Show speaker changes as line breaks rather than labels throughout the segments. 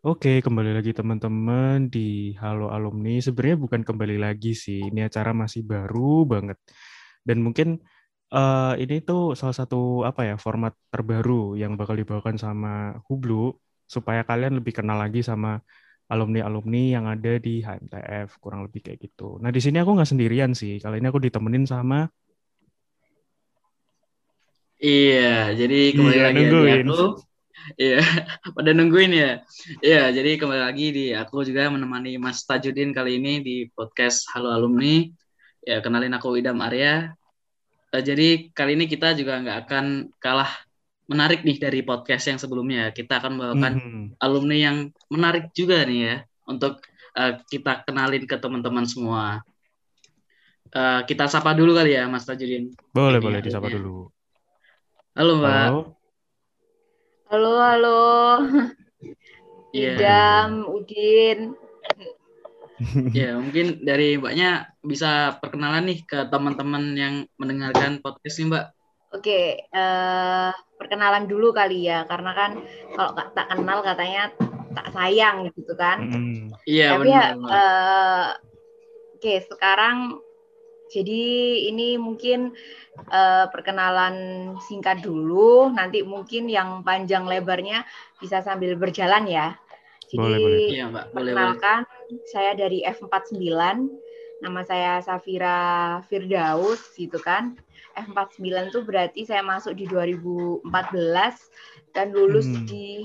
Oke, kembali lagi teman-teman di Halo Alumni. Sebenarnya bukan kembali lagi sih, ini acara masih baru banget. Dan mungkin ini tuh salah satu apa ya format terbaru yang bakal dibawakan sama Hublu supaya kalian lebih kenal lagi sama alumni-alumni yang ada di HMTF, kurang lebih kayak gitu. Nah, di sini aku nggak sendirian sih. Kali ini aku ditemenin sama.
Iya, jadi kembali
Iya,
lagi ya di
nungguin.
aku. Iya, pada nungguin ya. Iya, jadi kembali lagi di aku juga menemani Mas Tajudin kali ini di podcast Halo Alumni. Ya, kenalin aku Idam Arya. Jadi kali ini kita juga nggak akan kalah menarik nih dari podcast yang sebelumnya. Kita akan membawakan
Mhm.
alumni yang menarik juga nih ya untuk kita kenalin ke teman-teman semua. Kita sapa dulu kali ya Mas Tajudin.
Boleh,
Ini
boleh disapa
alumni.
dulu.
Halo Mbak.
Halo.
Halo, halo,
Iya.
Idam,
Halo.
Udin.
Ya, mungkin dari Mbaknya bisa perkenalan nih ke teman-teman yang mendengarkan podcast nih, Mbak.
Oke, perkenalan dulu kali ya, karena kan kalau tak kenal katanya tak sayang gitu kan.
Mhm.
Iya,
Tapi ya,
benar, Mbak.
oke, sekarang jadi ini mungkin perkenalan singkat dulu, nanti mungkin yang panjang lebarnya bisa sambil berjalan ya.
Boleh, boleh.
Jadi
Iya, Mbak. Boleh, boleh.
perkenalkan, saya dari F49, nama saya Safira Firdaus gitu kan. F49 tuh berarti saya masuk di 2014 dan lulus
Mhm.
di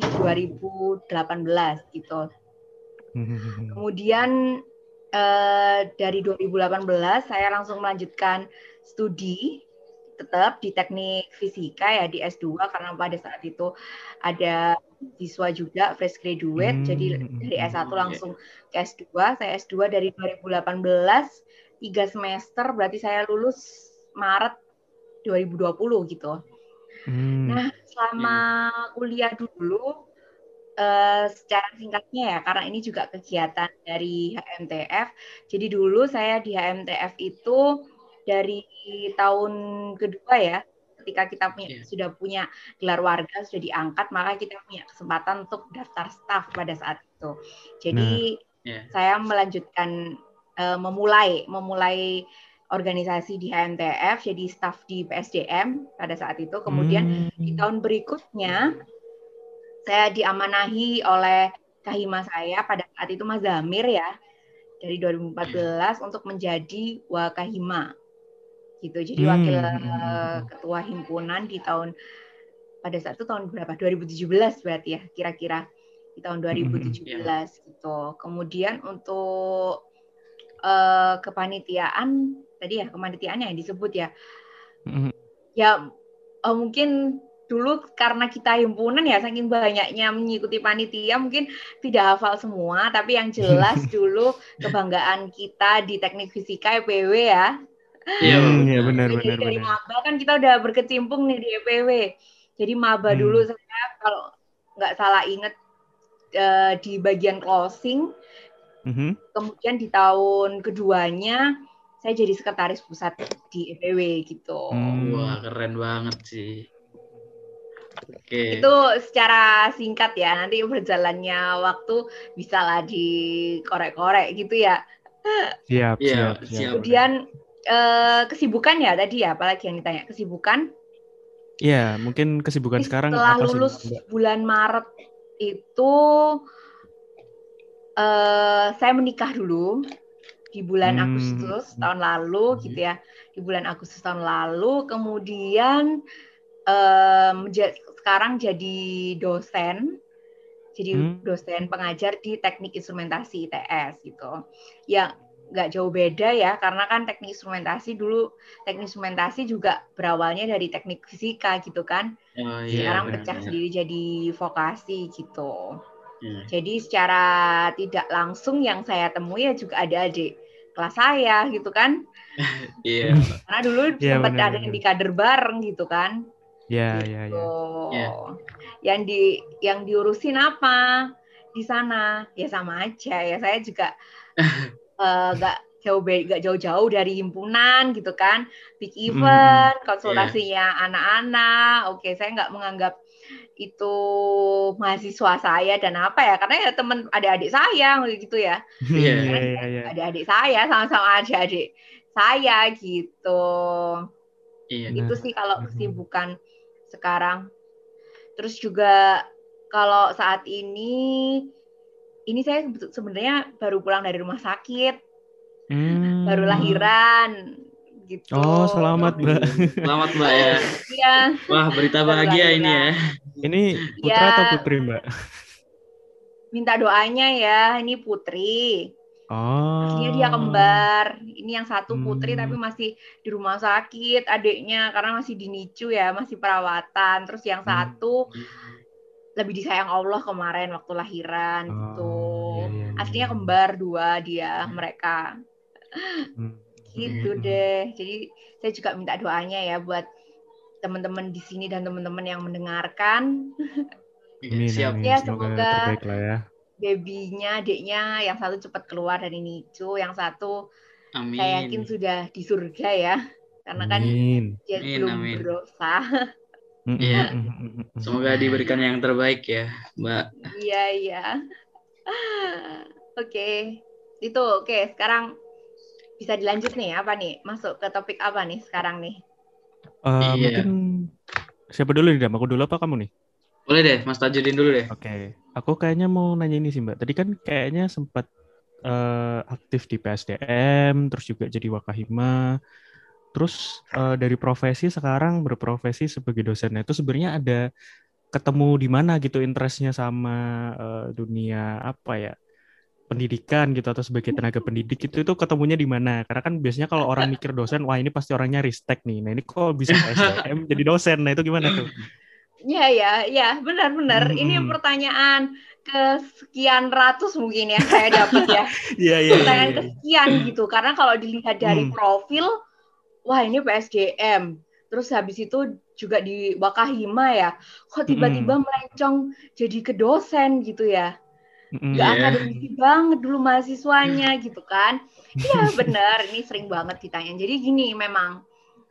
2018 gitu.
Mhm.
Kemudian dari 2018 saya langsung melanjutkan studi tetap di teknik fisika ya di S2 karena pada saat itu ada siswa juga fresh graduate jadi dari S1
Oh, iya.
langsung ke S2. Saya S2 dari 2018 3 semester berarti saya lulus Maret 2020 gitu.
Hmm.
Nah, selama
Iya.
kuliah dulu secara singkatnya ya, karena ini juga kegiatan dari HMTF. Jadi dulu saya di HMTF itu dari tahun kedua ya, ketika kita
Iya.
sudah punya gelar warga, sudah diangkat, maka kita punya kesempatan untuk daftar staf pada saat itu. Jadi
Benar.
Iya.
saya melanjutkan memulai organisasi di HMTF, jadi staf di PSDM pada saat itu. Kemudian di
Hmm.
tahun berikutnya saya diamanahi oleh kahima saya pada saat itu Mas Zamir ya dari
Iya.
2014 untuk menjadi wakahima gitu. Jadi wakil
Hmm.
ketua himpunan di tahun pada saat itu tahun berapa? 2017 berarti ya kira-kira di tahun
Iya, Mbak.
2017 gitu. Kemudian untuk kepanitiaan tadi ya kepanitiaannya yang disebut ya.
Hmm.
Ya mungkin dulu karena kita himpunan ya saking banyaknya mengikuti panitia mungkin tidak hafal semua tapi yang jelas dulu kebanggaan kita di teknik fisika EPW ya.
Iya, Mbak,
Ya
benar.
benar,
Jadi
benar,
dari
benar.
maba kan kita udah berkecimpung nih di EPW. Jadi maba dulu
Hmm.
saya kalau nggak salah inget di bagian closing.
Mhm.
Kemudian di tahun keduanya saya jadi sekretaris pusat di EPW gitu.
Wah,
Hmm.
keren banget sih. Oke.
Itu secara singkat ya, nanti berjalannya waktu bisalah dikorek-korek gitu ya.
Siap,
Iya,
siap, siap.
siap. Mbak.
Kemudian kesibukan ya tadi ya, apalagi yang ditanya kesibukan.
Ya, mungkin kesibukan sekarang
Setelah
apa sih,
lulus
Mbak?
bulan Maret itu saya menikah dulu di bulan
Hmm.
Agustus tahun lalu gitu ya, di bulan Agustus tahun lalu. Kemudian sekarang jadi dosen. Jadi
Hmm.
dosen pengajar di teknik instrumentasi ITS gitu. Ya nggak jauh beda ya, karena kan teknik instrumentasi dulu, teknik instrumentasi juga berawalnya dari teknik fisika gitu kan.
Oh, iya,
Sekarang pecah
benar.
sendiri jadi vokasi gitu.
Iya.
Jadi secara tidak langsung yang saya temui ya juga ada adik kelas saya gitu kan.
Iya, Mbak.
Karena dulu
Ya,
sempat
benar,
ada yang
benar.
di kader bareng gitu kan.
Ya, ya,
Gitu.
ya.
Iya.
Yang diurusin apa di sana? Ya sama aja ya. Saya juga nggak nggak jauh-jauh dari himpunan gitu kan, big event, konsultasinya anak-anak. Oke, saya nggak menganggap itu mahasiswa saya dan apa ya, karena ya teman adik-adik saya gitu ya.
Iya.
Adik-adik saya sama-sama adik-adik saya gitu. Itu sih kalau kesibukan sekarang. Terus juga kalau saat ini saya sebenarnya baru pulang dari rumah sakit, baru lahiran gitu.
Oh, selamat Mbak.
Selamat Mbak ya.
Iya.
Wah, berita bahagia ini ya.
Ini putra atau putri Mbak?
Minta doanya ya, ini putri.
Oh.
Aslinya dia kembar. Ini yang satu putri tapi masih di rumah sakit adiknya karena masih di NICU ya, masih perawatan. Terus yang satu lebih disayang Allah kemarin waktu lahiran gitu.
Iya.
Aslinya kembar 2 dia mereka. Gitu deh. Jadi saya juga minta doanya ya buat teman-teman di sini dan teman-teman yang mendengarkan.
Siap.
Ya,
semoga
semoga
terbaik lah ya.
babynya, adiknya yang satu cepat keluar dari NICU, yang satu saya yakin sudah di surga ya. Karena kan dia belum berdosa.
Iya. Semoga diberikan yang terbaik ya, Mbak.
Iya. Oke. Itu oke. Sekarang bisa dilanjut nih, apa nih? Masuk ke topik apa nih sekarang nih?
Mungkin siapa dulu nih, Dam? Aku dulu apa kamu nih?
Boleh deh, Mas Tajudin dulu deh.
Oke. Aku kayaknya mau nanya ini sih, Mbak. Tadi kan kayaknya sempat aktif di PSDM, terus juga jadi Wakahima. Terus dari profesi sekarang berprofesi sebagai dosen. Itu sebenarnya ada ketemu di mana gitu interestnya sama dunia apa ya? Pendidikan gitu atau sebagai tenaga pendidik itu ketemunya di mana? Karena kan biasanya kalau orang mikir dosen, wah ini pasti orangnya ristek nih. Nah ini kok bisa PSDM jadi dosen? Nah itu gimana tuh?
Ya, benar. Ini pertanyaan kesekian ratus mungkin ya saya dapat ya. Pertanyaan kesekian gitu. Karena kalau dilihat dari profil, wah ini PSDM. Terus habis itu juga di Wakahima ya. Kok tiba-tiba melencong jadi ke dosen gitu ya. Nggak akademisi banget dulu mahasiswanya gitu kan. Iya benar, ini sering banget ditanya. Jadi gini memang,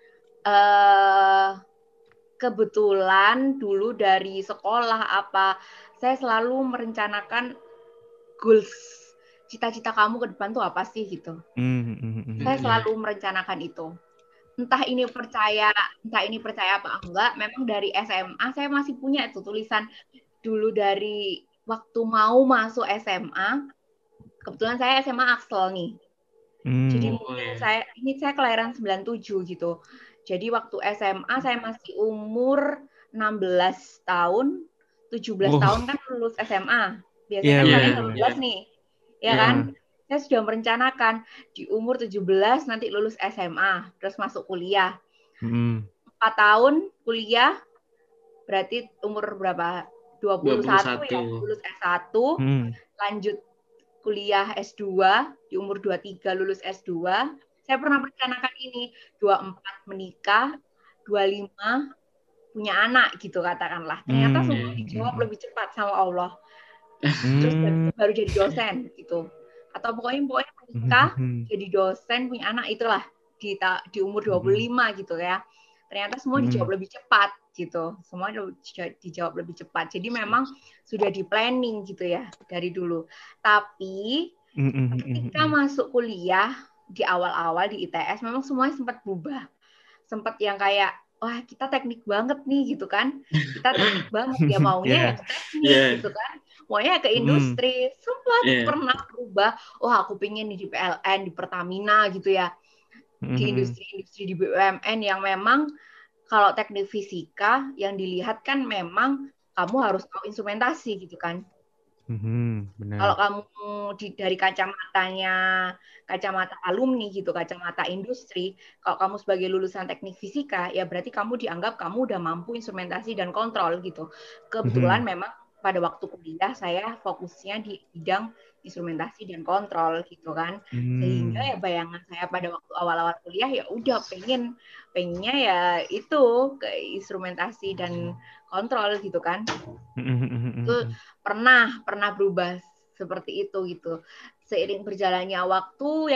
kebetulan dulu dari sekolah saya selalu merencanakan goals, cita-cita kamu ke depan tuh apa sih gitu. Saya selalu merencanakan itu. Entah ini percaya apa enggak, memang dari SMA saya masih punya itu tulisan dulu dari waktu mau masuk SMA. Kebetulan saya SMA Axel nih. Jadi saya kelahiran 97 gitu. Jadi waktu SMA saya masih umur 16 tahun, 17 tahun kan lulus SMA. Biasanya kalian 18 nih. Ya kan? Saya sudah merencanakan di umur 17 nanti lulus SMA, terus masuk kuliah. 4 tahun kuliah, berarti umur berapa? 21 ya, lulus S1, lanjut kuliah S2, di umur 23 lulus S2. Saya pernah merencanakan ini, 24 menikah, 25 punya anak gitu katakanlah. Ternyata semua dijawab lebih cepat sama Allah. Terus baru jadi dosen gitu. Atau pokoknya menikah, jadi dosen, punya anak, itulah di umur 25 gitu ya. Ternyata semua dijawab lebih cepat gitu. Semua dijawab lebih cepat. Jadi memang sudah di planning gitu ya dari dulu. Tapi ketika masuk kuliah di awal-awal di ITS memang semuanya sempat berubah. Sempat yang kayak wah kita teknik banget nih gitu kan. Kita teknik banget ya maunya yang teknik gitu kan. Maunya ke industri. Sempat pernah berubah. Wah aku pengen nih di PLN, di Pertamina gitu ya. Di industri-industri di BUMN yang memang kalau teknik fisika yang dilihat kan memang kamu harus tahu instrumentasi gitu kan.
Benar.
Kalau kamu dari kacamata alumni gitu, kacamata industri, kalau kamu sebagai lulusan teknik fisika, ya berarti kamu dianggap kamu udah mampu instrumentasi dan kontrol gitu. Kebetulan memang pada waktu kuliah saya fokusnya di bidang instrumentasi dan kontrol gitu kan. Sehingga ya bayangan saya pada waktu awal-awal kuliah ya udah pengennya ya itu ke instrumentasi dan kontrol gitu kan. Itu pernah berubah seperti itu gitu. Seiring berjalannya waktu ya memang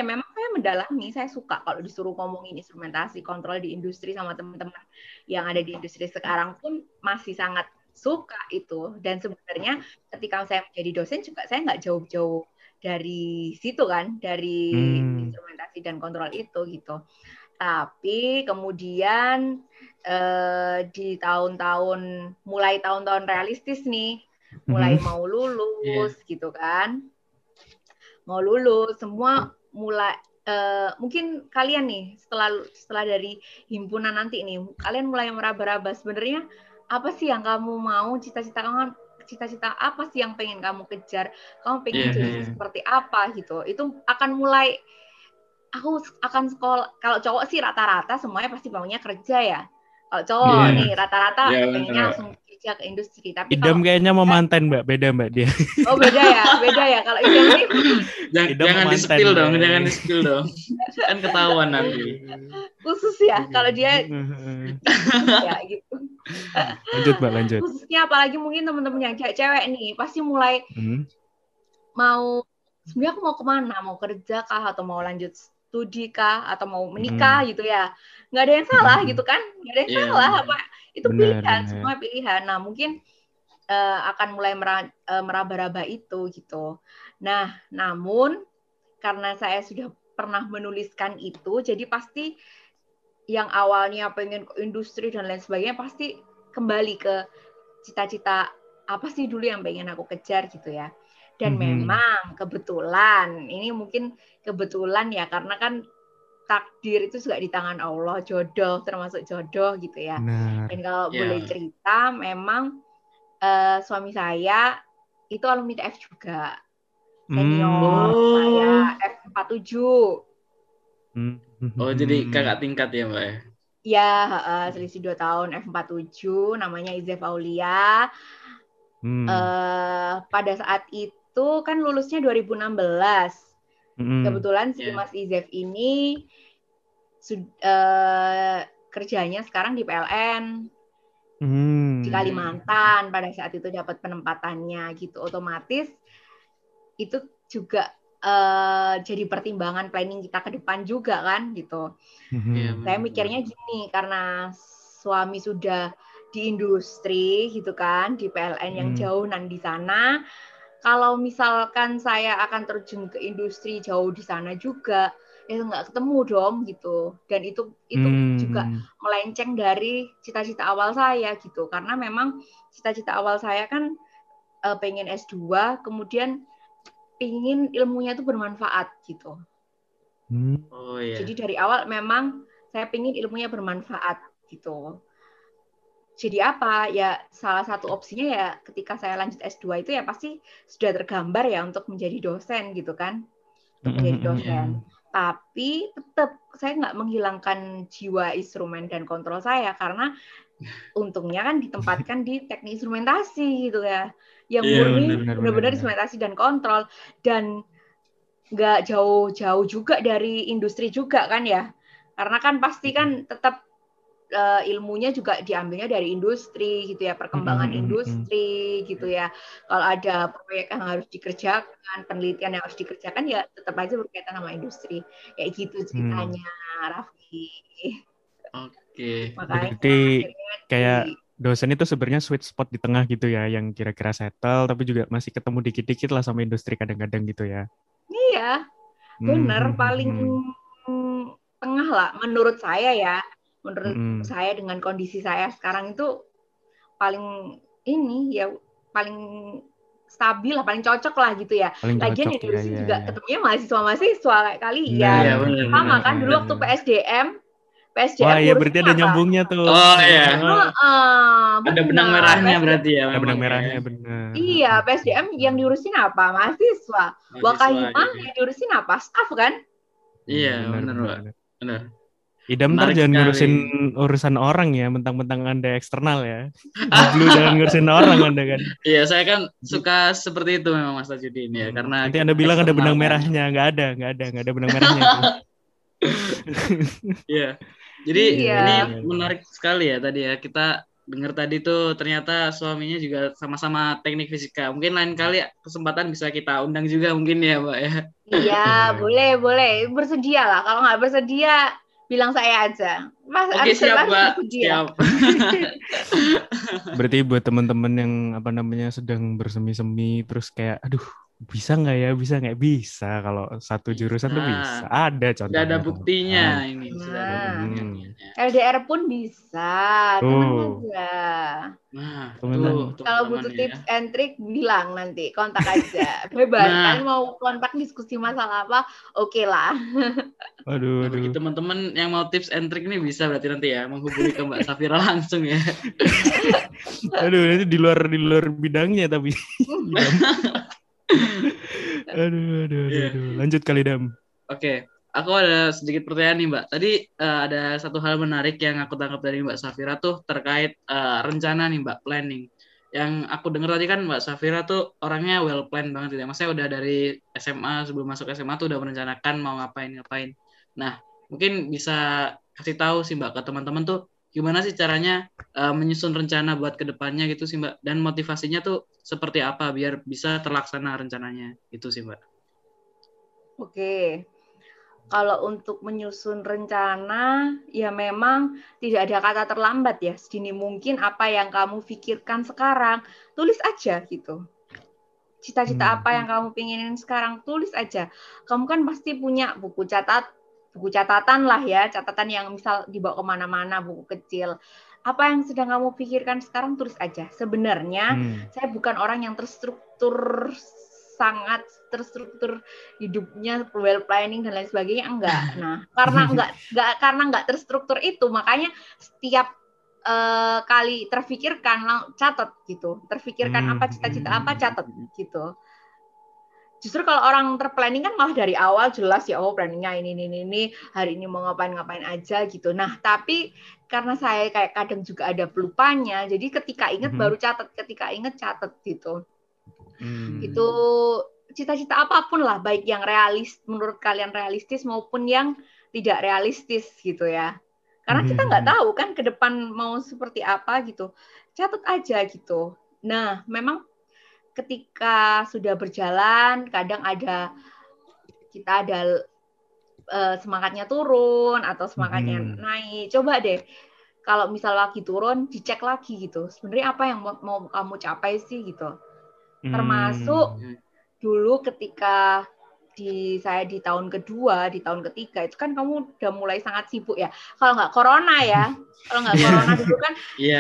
saya mendalami, saya suka kalau disuruh ngomongin instrumentasi kontrol di industri sama teman-teman yang ada di industri sekarang pun masih sangat suka itu. Dan sebenarnya ketika saya menjadi dosen juga saya nggak jauh-jauh dari situ kan, dari instrumentasi dan kontrol itu gitu. Tapi kemudian di mulai tahun-tahun realistis nih, mulai mau lulus gitu kan. Mau lulus, semua mulai mungkin kalian nih setelah dari himpunan nanti nih, kalian mulai meraba-raba sebenarnya apa sih yang kamu mau, cita-cita apa sih yang pengen kamu kejar, kamu pengen jadi seperti apa gitu. Itu akan mulai, aku akan sekolah, kalau cowok sih rata-rata semuanya pasti maunya kerja ya. Kalau cowok nih rata-rata pengennya langsung kerja ke industri. Tapi
Idam kayaknya mau manten Mbak, beda Mbak dia.
Oh beda ya. Kalau Idam nih
jangan di-spill dong, kan ketahuan nanti.
Khusus ya, kalau dia ya gitu.
Lanjut Mbak, lanjut.
Khususnya apalagi mungkin teman-teman yang cewek nih pasti mulai mau, sebenarnya aku mau kemana, mau kerja kah atau mau lanjut studi kah atau mau menikah gitu ya. Nggak ada yang salah gitu kan, nggak ada yang salah, apa itu pilihan, semua pilihan. Nah mungkin akan mulai meraba-raba itu gitu. Nah namun karena saya sudah pernah menuliskan itu, jadi pasti yang awalnya pengen ke industri dan lain sebagainya pasti kembali ke cita-cita apa sih dulu yang pengen aku kejar gitu ya. Dan memang kebetulan, ini mungkin kebetulan ya, karena kan takdir itu juga di tangan Allah, jodoh termasuk jodoh gitu ya.
Benar.
Dan kalau boleh cerita, memang suami saya itu alumni TF juga, senior saya F47.
Oh jadi kakak tingkat ya Mbak ya?
Ya, selisih 2 tahun, F47, namanya Izef Aulia. Pada saat itu kan lulusnya 2016. Kebetulan si Mas Izef ini kerjanya sekarang di PLN di Kalimantan. Pada saat itu dapat penempatannya gitu, otomatis itu juga jadi pertimbangan planning kita ke depan juga kan gitu. Saya mikirnya gini, karena suami sudah di industri gitu kan, di PLN yang jauh nan di sana. Kalau misalkan saya akan terjun ke industri jauh di sana juga, ya nggak ketemu dong gitu. Dan itu juga melenceng dari cita-cita awal saya gitu. Karena memang cita-cita awal saya kan pengen S2, kemudian ingin ilmunya itu bermanfaat gitu.
Oh, iya.
Jadi dari awal memang saya pengen ilmunya bermanfaat gitu. Jadi apa? Ya salah satu opsinya ya ketika saya lanjut S2 itu ya pasti sudah tergambar ya untuk menjadi dosen gitu kan. Untuk menjadi dosen. Tapi tetap saya nggak menghilangkan jiwa instrumen dan kontrol saya, karena untungnya kan ditempatkan di teknik instrumentasi gitu ya. Yang murni benar-benar instrumentasi dan kontrol, dan nggak jauh-jauh juga dari industri juga kan ya. Karena kan pasti kan tetap ilmunya juga diambilnya dari industri gitu ya, perkembangan industri gitu ya. Kalau ada proyek yang harus dikerjakan, penelitian yang harus dikerjakan, ya tetap aja berkaitan sama industri. Kayak gitu ceritanya, Raffi.
Oke.
Berarti kayak dosen itu sebenarnya sweet spot di tengah gitu ya, yang kira-kira settle tapi juga masih ketemu dikit-dikit lah sama industri kadang-kadang gitu ya.
Iya, benar, paling tengah lah menurut saya ya. Menurut saya dengan kondisi saya sekarang itu paling ini ya, paling stabil lah, paling cocok lah gitu ya. Lagian di industri juga ketemunya mahasiswa kayak kalian. Sama kan dulu waktu PSDM.
Wah iya, berarti ada nyambungnya tuh.
Oh iya.
Ada
benang merahnya berarti ya.
Ada benang merahnya, benar.
Iya, PSDM yang diurusin apa? Mahasiswa. Wakahimah yang diurusin apa? Staff kan?
Iya, benar.
Idam ntar jangan ngurusin urusan orang ya, mentang-mentang Anda eksternal ya. Dulu jangan ngurusin orang Anda kan.
Iya, saya kan suka seperti itu memang Mas Tajudin ya, karena
nanti Anda bilang ada benang merahnya, nggak ada benang merahnya.
Iya. Jadi ini menarik sekali ya tadi ya, kita dengar tadi tuh ternyata suaminya juga sama-sama teknik fisika. Mungkin lain kali kesempatan bisa kita undang juga mungkin ya, Mbak ya.
Iya,
Boleh.
boleh. Bersedia lah. Kalau nggak bersedia, bilang saya aja. Mas
Oke,
harus
siap, Mbak.
bersedia.
Siap.
Berarti buat teman-teman yang apa namanya sedang bersemi-semi terus kayak aduh bisa nggak ya bisa kalau satu jurusan tuh bisa
Bisa.
ada
Sudah ada
contohnya
buktinya
teman-teman.
ini, sudah ada
Nah,
buktinya
Hmm.
ternyata.
LDR pun bisa. Tenang
Tuh
aja.
Nah,
teman.
tuh
Kalau
teman-teman
butuh
ya.
tips and trick, bilang nanti. Kontak aja. Bebas. Kalian
Nah,
mau kontak diskusi masalah apa, oke lah.
Aduh
nah, bagi
aduh.
teman-teman yang mau tips and trick ini bisa berarti nanti ya menghubungi ke Mbak Safira langsung ya.
Aduh ini di luar bidangnya tapi Idam.
Iya.
Aduh. Lanjut kali Dam.
Oke, aku ada sedikit pertanyaan nih Mbak. Tadi ada satu hal menarik yang aku tangkap dari Mbak Safira tuh terkait rencana nih Mbak, planning. Yang aku dengar tadi kan Mbak Safira tuh orangnya well plan banget gitu ya. Maksudnya udah dari SMA, sebelum masuk SMA tuh udah merencanakan mau ngapain. Nah, mungkin bisa kasih tahu sih Mbak ke teman-teman tuh gimana sih caranya menyusun rencana buat kedepannya gitu sih Mbak. Dan motivasinya tuh seperti apa biar bisa terlaksana rencananya. Itu sih Mbak.
Oke. Kalau untuk menyusun rencana, ya memang tidak ada kata terlambat ya. Sedini mungkin apa yang kamu pikirkan sekarang, tulis aja gitu. Cita-cita apa yang kamu pinginin sekarang, tulis aja. Kamu kan pasti punya buku catatan lah ya, catatan yang misal dibawa kemana-mana, buku kecil. Apa yang sedang kamu pikirkan sekarang, tulis aja. Sebenarnya saya bukan orang yang sangat terstruktur hidupnya, well planning dan lain sebagainya, enggak. Nah, karena enggak terstruktur itu, makanya setiap kali terfikirkan catat gitu, terfikirkan apa cita-cita apa catat gitu. Justru kalau orang terplanning kan malah dari awal jelas ya, oh planningnya ini hari ini mau ngapain aja gitu. Nah tapi karena saya kayak kadang juga ada pelupanya, jadi ketika inget baru catat, ketika inget catat gitu. Itu cita-cita apapun lah, baik yang menurut kalian realistis maupun yang tidak realistis gitu ya. Karena kita nggak tahu kan ke depan mau seperti apa gitu. Catat aja gitu. Nah, memang ketika sudah berjalan, kadang kita ada semangatnya turun atau semangatnya naik. Coba deh, kalau misal lagi turun, dicek lagi gitu. Sebenarnya apa yang mau kamu capai sih gitu. Termasuk dulu ketika saya di tahun kedua, di tahun ketiga itu kan kamu udah mulai sangat sibuk ya. Kalau nggak corona ya, kalau nggak corona dulu kan,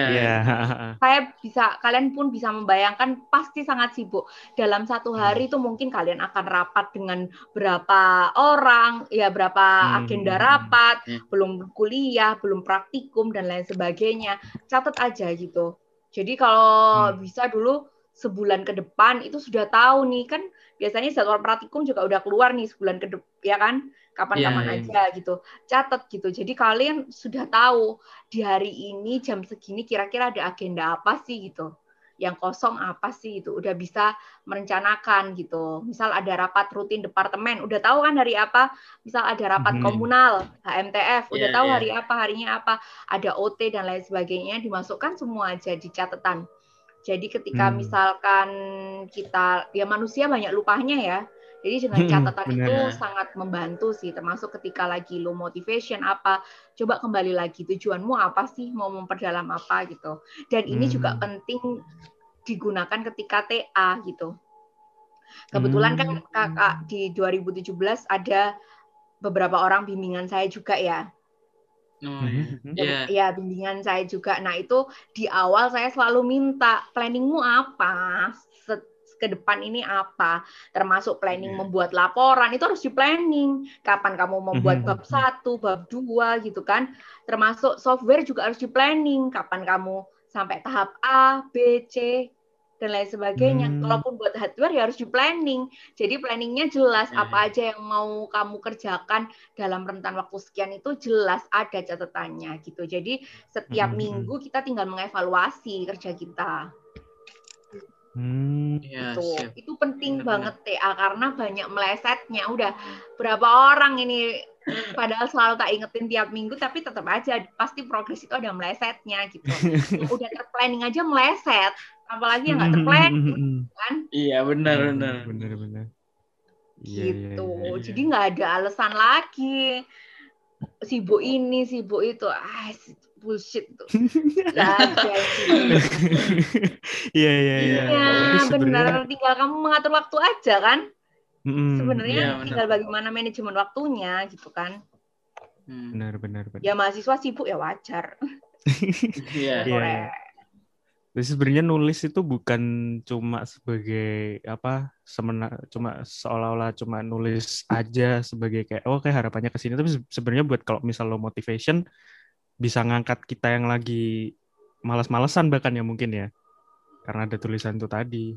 kalian pun bisa membayangkan pasti sangat sibuk. Dalam satu hari itu mungkin kalian akan rapat dengan berapa orang, ya berapa agenda rapat, belum kuliah, belum praktikum dan lain sebagainya. Catat aja gitu. Jadi kalau bisa dulu sebulan ke depan itu sudah tahu nih kan, biasanya jadwal praktikum juga udah keluar nih sebulan ke depan ya kan, kapan-kapan aja gitu, catat gitu. Jadi kalian sudah tahu di hari ini jam segini kira-kira ada agenda apa sih gitu, yang kosong apa sih itu, udah bisa merencanakan gitu. Misal ada rapat rutin departemen, udah tahu kan hari apa. Misal ada rapat komunal HMTF, udah tahu hari apa, harinya apa, ada OT dan lain sebagainya, dimasukkan semua aja di catatan. Jadi ketika misalkan kita, ya manusia banyak lupanya ya, jadi dengan catatan itu sangat membantu sih, termasuk ketika lagi low motivation apa, coba kembali lagi tujuanmu apa sih, mau memperdalam apa gitu. Dan ini juga penting digunakan ketika TA gitu. Kebetulan kan kakak di 2017 ada beberapa orang bimbingan saya juga ya. Ya, bimbingan saya juga. Nah, itu di awal saya selalu minta planningmu apa, ke depan ini apa, termasuk planning membuat laporan, itu harus di planning. Kapan kamu membuat bab 1, bab 2 gitu kan. Termasuk software juga harus di planning. Kapan kamu sampai tahap A, B, C, dan lain sebagainya. Kalaupun buat hardware ya harus di planning. Jadi planningnya jelas, apa aja yang mau kamu kerjakan dalam rentan waktu sekian itu jelas ada catatannya gitu. Jadi setiap minggu kita tinggal mengevaluasi kerja kita. Itu penting banget TA karena banyak melesetnya. Udah berapa orang ini Padahal selalu tak ingetin tiap minggu, tapi tetap aja pasti progres itu ada melesetnya gitu. Yang udah terplanning aja meleset, apalagi yang nggak terplanning kan?
Iya benar.
Benar. Iya.
Gitu. Jadi nggak ada alasan lagi. Sibuk ini, sibuk itu, bullshit tuh. Nggak ada sih.
Iya.
Ya benar, tinggal kamu mengatur waktu aja kan.
Iya,
Sebenarnya tinggal bagaimana manajemen waktunya gitu kan.
Benar.
Ya mahasiswa sibuk ya wajar.
Iya.
Jadi sebenarnya nulis itu bukan cuma sebagai cuma seolah-olah cuma nulis aja sebagai kayak kayak harapannya ke sini, tapi sebenarnya buat kalau misal lo motivation bisa ngangkat kita yang lagi malas-malesan bahkan ya mungkin ya. Karena ada tulisan itu tadi.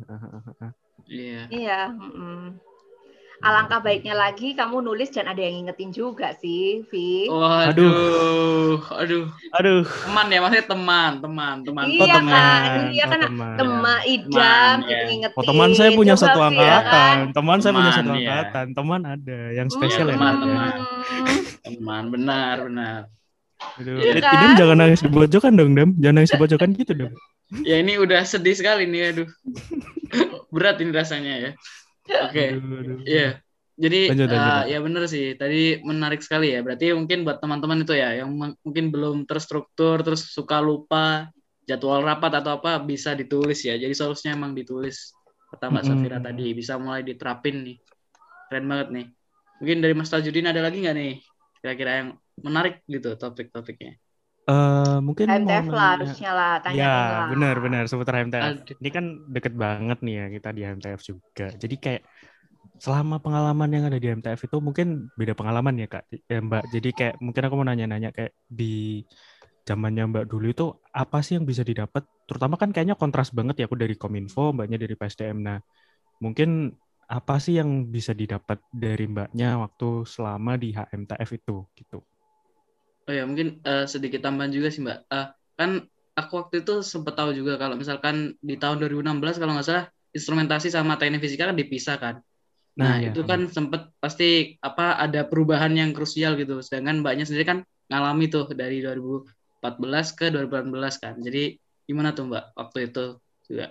Iya. Alangkah baiknya lagi kamu nulis dan ada yang ngingetin juga sih, Vi.
Aduh.
Teman
ya, maksudnya teman.
Iya kan, iya kan teman idam gitu ngingetin.
Teman saya punya satu
angkatan.
Teman saya punya satu angkatan. Teman ada yang spesial ya.
Teman, benar.
Aduh, Idam jangan nangis di pojokan dong, Dam. Jangan nangis di pojokan gitu dong.
Ya ini udah sedih sekali nih, aduh. Berat ini rasanya ya. Oke. Iya. Jadi
lanjut.
ya benar sih. Tadi menarik sekali ya. Berarti mungkin buat teman-teman itu ya yang mungkin belum terstruktur, terus suka lupa jadwal rapat atau apa, bisa ditulis ya. Jadi solusinya emang ditulis. Kata Mbak Safira tadi, bisa mulai diterapin nih. Keren banget nih. Mungkin dari Mas Tajudin ada lagi nggak nih kira-kira yang menarik gitu topik-topiknya?
Mungkin
HMTF lah harusnya lah, tanyain lah.
Ya, benar seputar HMTF. Ini kan deket banget nih ya kita di HMTF juga. Jadi kayak selama pengalaman yang ada di HMTF itu mungkin beda pengalaman ya Kak, ya Mbak. Jadi kayak mungkin aku mau nanya-nanya kayak di zamannya Mbak dulu itu apa sih yang bisa didapat? Terutama kan kayaknya kontras banget ya, aku dari Kominfo, Mbaknya dari PSDM. Nah, mungkin apa sih yang bisa didapat dari Mbaknya waktu selama di HMTF itu gitu?
Oh ya, mungkin sedikit tambahan juga sih Mbak. Kan aku waktu itu sempat tahu juga kalau misalkan di tahun 2016 kalau nggak salah instrumentasi sama teknik fisika kan dipisah kan. Nah itu kan sempat pasti ada perubahan yang krusial gitu. Sedangkan Mbaknya sendiri kan ngalami tuh dari 2014 ke 2018 kan. Jadi gimana tuh Mbak waktu itu juga?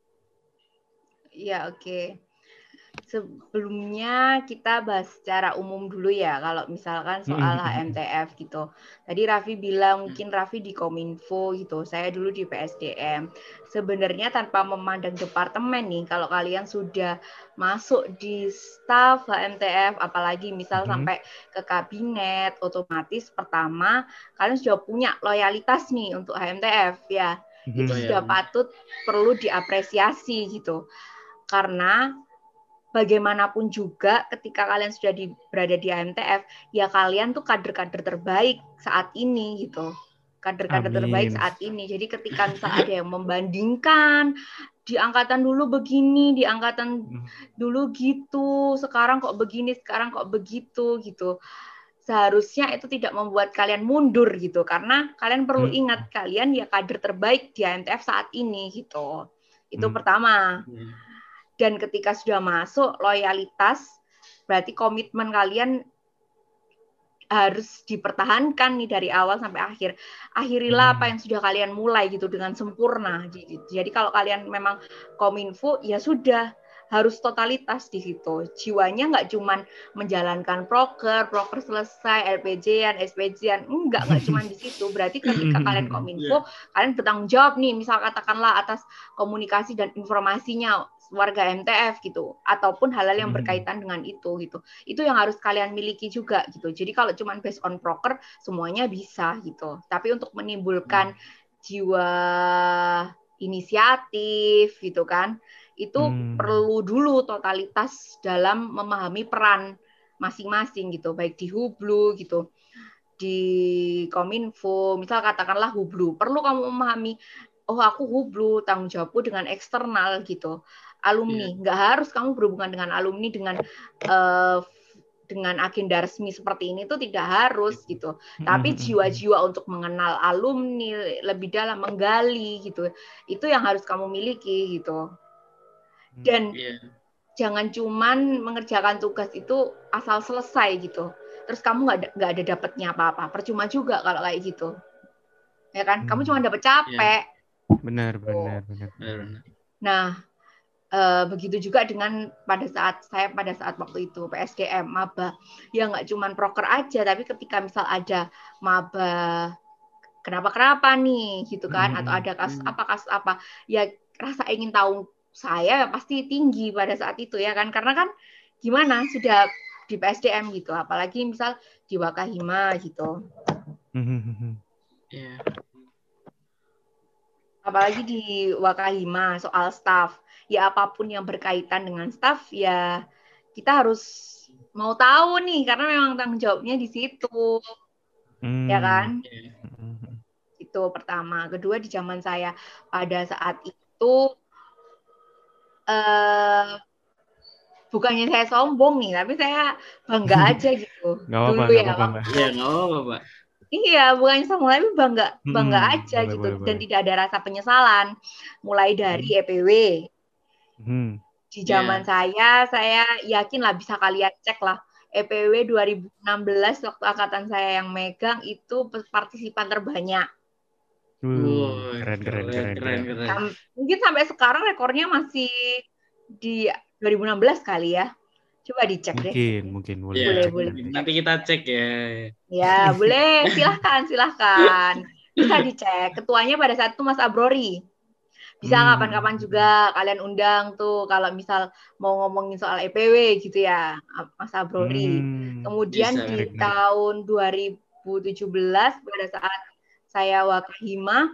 Iya, oke. Sebelumnya kita bahas secara umum dulu ya, kalau misalkan soal HMTF gitu. Tadi Raffi bilang mungkin Raffi di Kominfo gitu, saya dulu di PSDM. Sebenarnya tanpa memandang departemen nih, kalau kalian sudah masuk di staf HMTF, apalagi misal sampai ke kabinet, otomatis pertama kalian sudah punya loyalitas nih untuk HMTF ya. Itu sudah patut perlu diapresiasi gitu. Karena bagaimanapun juga ketika kalian sudah berada di HMTF, ya kalian tuh kader-kader terbaik saat ini gitu. Kader-kader terbaik saat ini. Jadi ketika ada yang membandingkan, di angkatan dulu begini, di angkatan dulu gitu, sekarang kok begini, sekarang kok begitu gitu. Seharusnya itu tidak membuat kalian mundur gitu, karena kalian perlu ingat kalian ya kader terbaik di HMTF saat ini gitu. Itu pertama. Dan ketika sudah masuk loyalitas, berarti komitmen kalian harus dipertahankan nih dari awal sampai akhir. Akhirilah apa yang sudah kalian mulai gitu dengan sempurna. Jadi kalau kalian memang Kominfo, ya sudah harus totalitas di situ. Jiwanya nggak cuman menjalankan proker selesai, LPJ-an, SPJ-an, enggak cuman di situ. Berarti ketika kalian Kominfo, kalian bertanggung jawab nih, misal katakanlah atas komunikasi dan informasinya warga MTF gitu, ataupun hal-hal yang berkaitan dengan itu gitu. Itu yang harus kalian miliki juga gitu. Jadi kalau cuma based on proker semuanya bisa gitu. Tapi untuk menimbulkan jiwa inisiatif gitu kan, itu perlu dulu totalitas dalam memahami peran masing-masing gitu, baik di Hublu gitu, di Kominfo, misal katakanlah Hublu, perlu kamu memahami, oh aku Hublu, tanggung jawabku dengan eksternal gitu. Alumni, nggak harus kamu berhubungan dengan alumni dengan agenda resmi seperti ini tuh tidak harus gitu. Tapi jiwa-jiwa untuk mengenal alumni lebih dalam, menggali gitu, itu yang harus kamu miliki gitu. Dan jangan cuman mengerjakan tugas itu asal selesai gitu. terus kamu nggak ada dapatnya apa-apa, percuma juga kalau kayak gitu, ya kan? Kamu cuma dapat capek.
Benar.
Nah, begitu juga dengan pada saat waktu itu PSDM maba, ya nggak cuma proker aja, tapi ketika misal ada maba kenapa nih gitu kan, atau ada kasus apa, ya rasa ingin tahu saya pasti tinggi pada saat itu ya kan, karena kan gimana sudah di PSDM gitu, apalagi misal di Wakahima gitu. Apalagi di Wakahima soal staff, ya apapun yang berkaitan dengan staff ya kita harus mau tahu nih, karena memang tanggung jawabnya di situ, ya kan? Itu pertama. Kedua, di zaman saya pada saat itu bukannya saya sombong nih, tapi saya bangga aja gitu. Dulu ya,
Mbak.
Iya, nggak apa-apa, Mbak.
Iya, bukannya sombong, tapi bangga aja
boleh,
gitu.
boleh.
Dan tidak ada rasa penyesalan. Mulai dari EPW. Di zaman saya yakin lah, bisa kalian cek lah. EPW 2016 waktu angkatan saya yang megang itu partisipan terbanyak.
Keren.
Mungkin sampai sekarang rekornya masih di 2016 kali ya. Coba dicek deh.
Mungkin
boleh.
Boleh.
Nanti kita cek ya.
Ya, boleh. Silahkan. Bisa dicek. Ketuanya pada saat itu Mas Abrori. Bisa kapan-kapan juga kalian undang tuh kalau misal mau ngomongin soal EPW gitu ya, Mas Abrori. Kemudian
bisa,
di tahun 2017 pada saat saya Wakahima,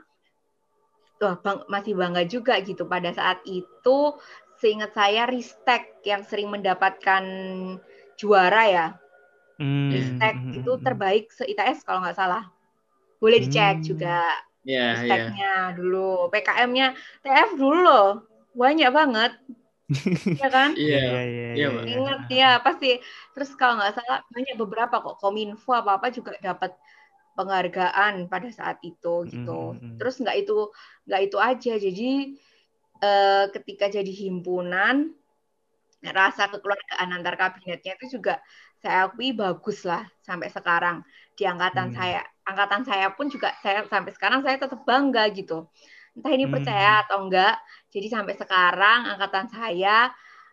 masih bangga juga gitu. Pada saat itu seingat saya Ristek yang sering mendapatkan juara ya. Ristek itu terbaik se-ITS kalau nggak salah. Boleh dicek juga. Risteknya dulu, PKM-nya TF dulu loh, banyak banget, ya kan?
Iya.
Ingat ya pasti. Terus kalau nggak salah banyak beberapa kok, Kominfo apa juga dapat penghargaan pada saat itu gitu. Terus nggak itu aja. Jadi ketika jadi himpunan, rasa kekeluargaan antar kabinetnya itu juga saya akui bagus lah sampai sekarang di angkatan saya. Angkatan saya pun juga sampai sekarang saya tetap bangga gitu. Entah ini percaya atau enggak. Jadi sampai sekarang angkatan saya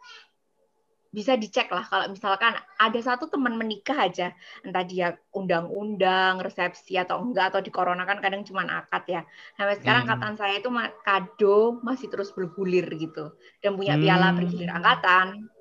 bisa dicek lah kalau misalkan ada satu teman menikah aja, entah dia undang-undang, resepsi atau enggak, atau di corona kan kadang cuma akad ya. Sampai sekarang angkatan saya itu kado masih terus bergulir gitu. Dan punya piala bergilir angkatan.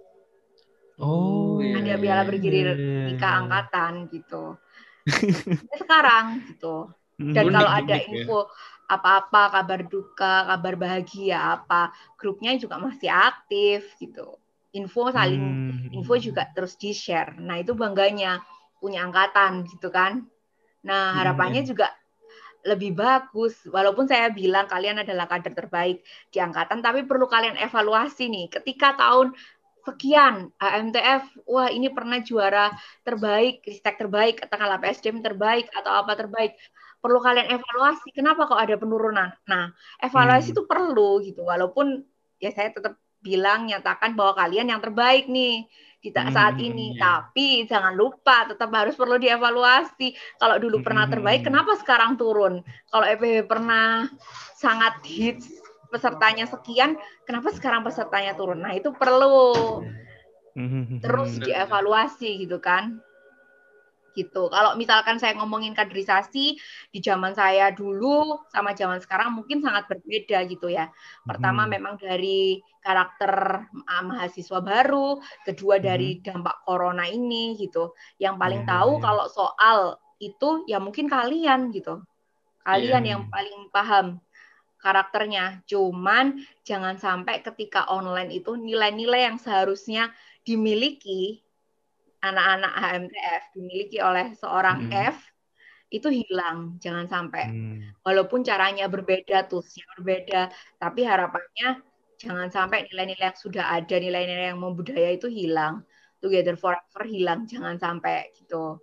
Ada piala bergilir nikah angkatan gitu. Sekarang gitu. Dan kalau ada info apa-apa, kabar duka, kabar bahagia apa, grupnya juga masih aktif gitu. Info juga terus di-share. Nah, itu bangganya punya angkatan gitu kan. Nah, harapannya juga lebih bagus. Walaupun saya bilang kalian adalah kader terbaik di angkatan, tapi perlu kalian evaluasi nih. Ketika tahun sekian HMTF, wah ini pernah juara terbaik, Ristek terbaik, katakanlah PSDM terbaik atau apa terbaik. Perlu kalian evaluasi. Kenapa kok ada penurunan? Nah, evaluasi itu perlu gitu. Walaupun ya saya tetap nyatakan bahwa kalian yang terbaik nih di saat ini. Tapi jangan lupa tetap harus perlu dievaluasi. Kalau dulu pernah terbaik, kenapa sekarang turun? Kalau EPW pernah sangat hits, pesertanya sekian, kenapa sekarang pesertanya turun? Nah, itu perlu terus dievaluasi gitu kan. Gitu. Kalau misalkan saya ngomongin kaderisasi di zaman saya dulu sama zaman sekarang mungkin sangat berbeda gitu ya. Pertama memang dari karakter mahasiswa baru, kedua dari dampak corona ini gitu. Yang paling tahu kalau soal itu ya mungkin kalian gitu. Kalian yang paling paham karakternya. Cuman jangan sampai ketika online itu nilai-nilai yang seharusnya dimiliki anak-anak HMTF dimiliki oleh seorang F itu hilang, jangan sampai. Walaupun caranya berbeda, toolsnya berbeda, tapi harapannya jangan sampai nilai-nilai yang sudah ada, nilai-nilai yang membudaya itu hilang. Together forever hilang, jangan sampai gitu.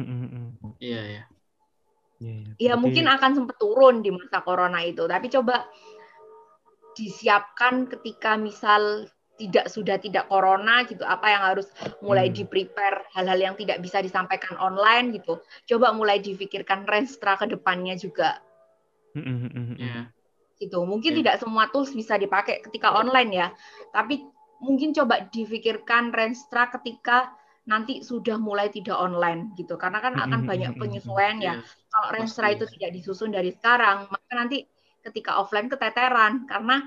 Iya.
Ya mungkin akan sempat turun di masa corona itu, tapi coba disiapkan ketika misal sudah tidak corona gitu, apa yang harus mulai di-prepare, hal-hal yang tidak bisa disampaikan online gitu. Coba mulai difikirkan Renstra ke depannya juga. Gitu. Mungkin tidak semua tools bisa dipakai ketika online ya, tapi mungkin coba difikirkan Renstra ketika nanti sudah mulai tidak online gitu, karena kan akan banyak penyesuaian ya. Kalau Renstra itu tidak disusun dari sekarang, maka nanti ketika offline keteteran, karena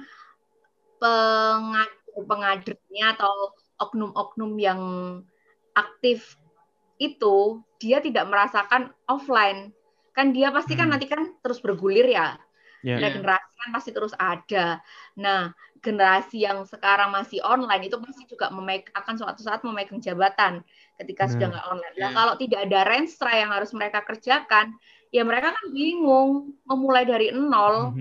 pengajarnya atau oknum-oknum yang aktif itu dia tidak merasakan offline, kan dia pasti kan nanti kan terus bergulir ya. Regenerasi kan pasti terus ada. Nah, generasi yang sekarang masih online itu pasti juga akan suatu saat memegang jabatan ketika sudah nggak online. Nah, kalau tidak ada Renstra yang harus mereka kerjakan, ya mereka kan bingung memulai dari nol.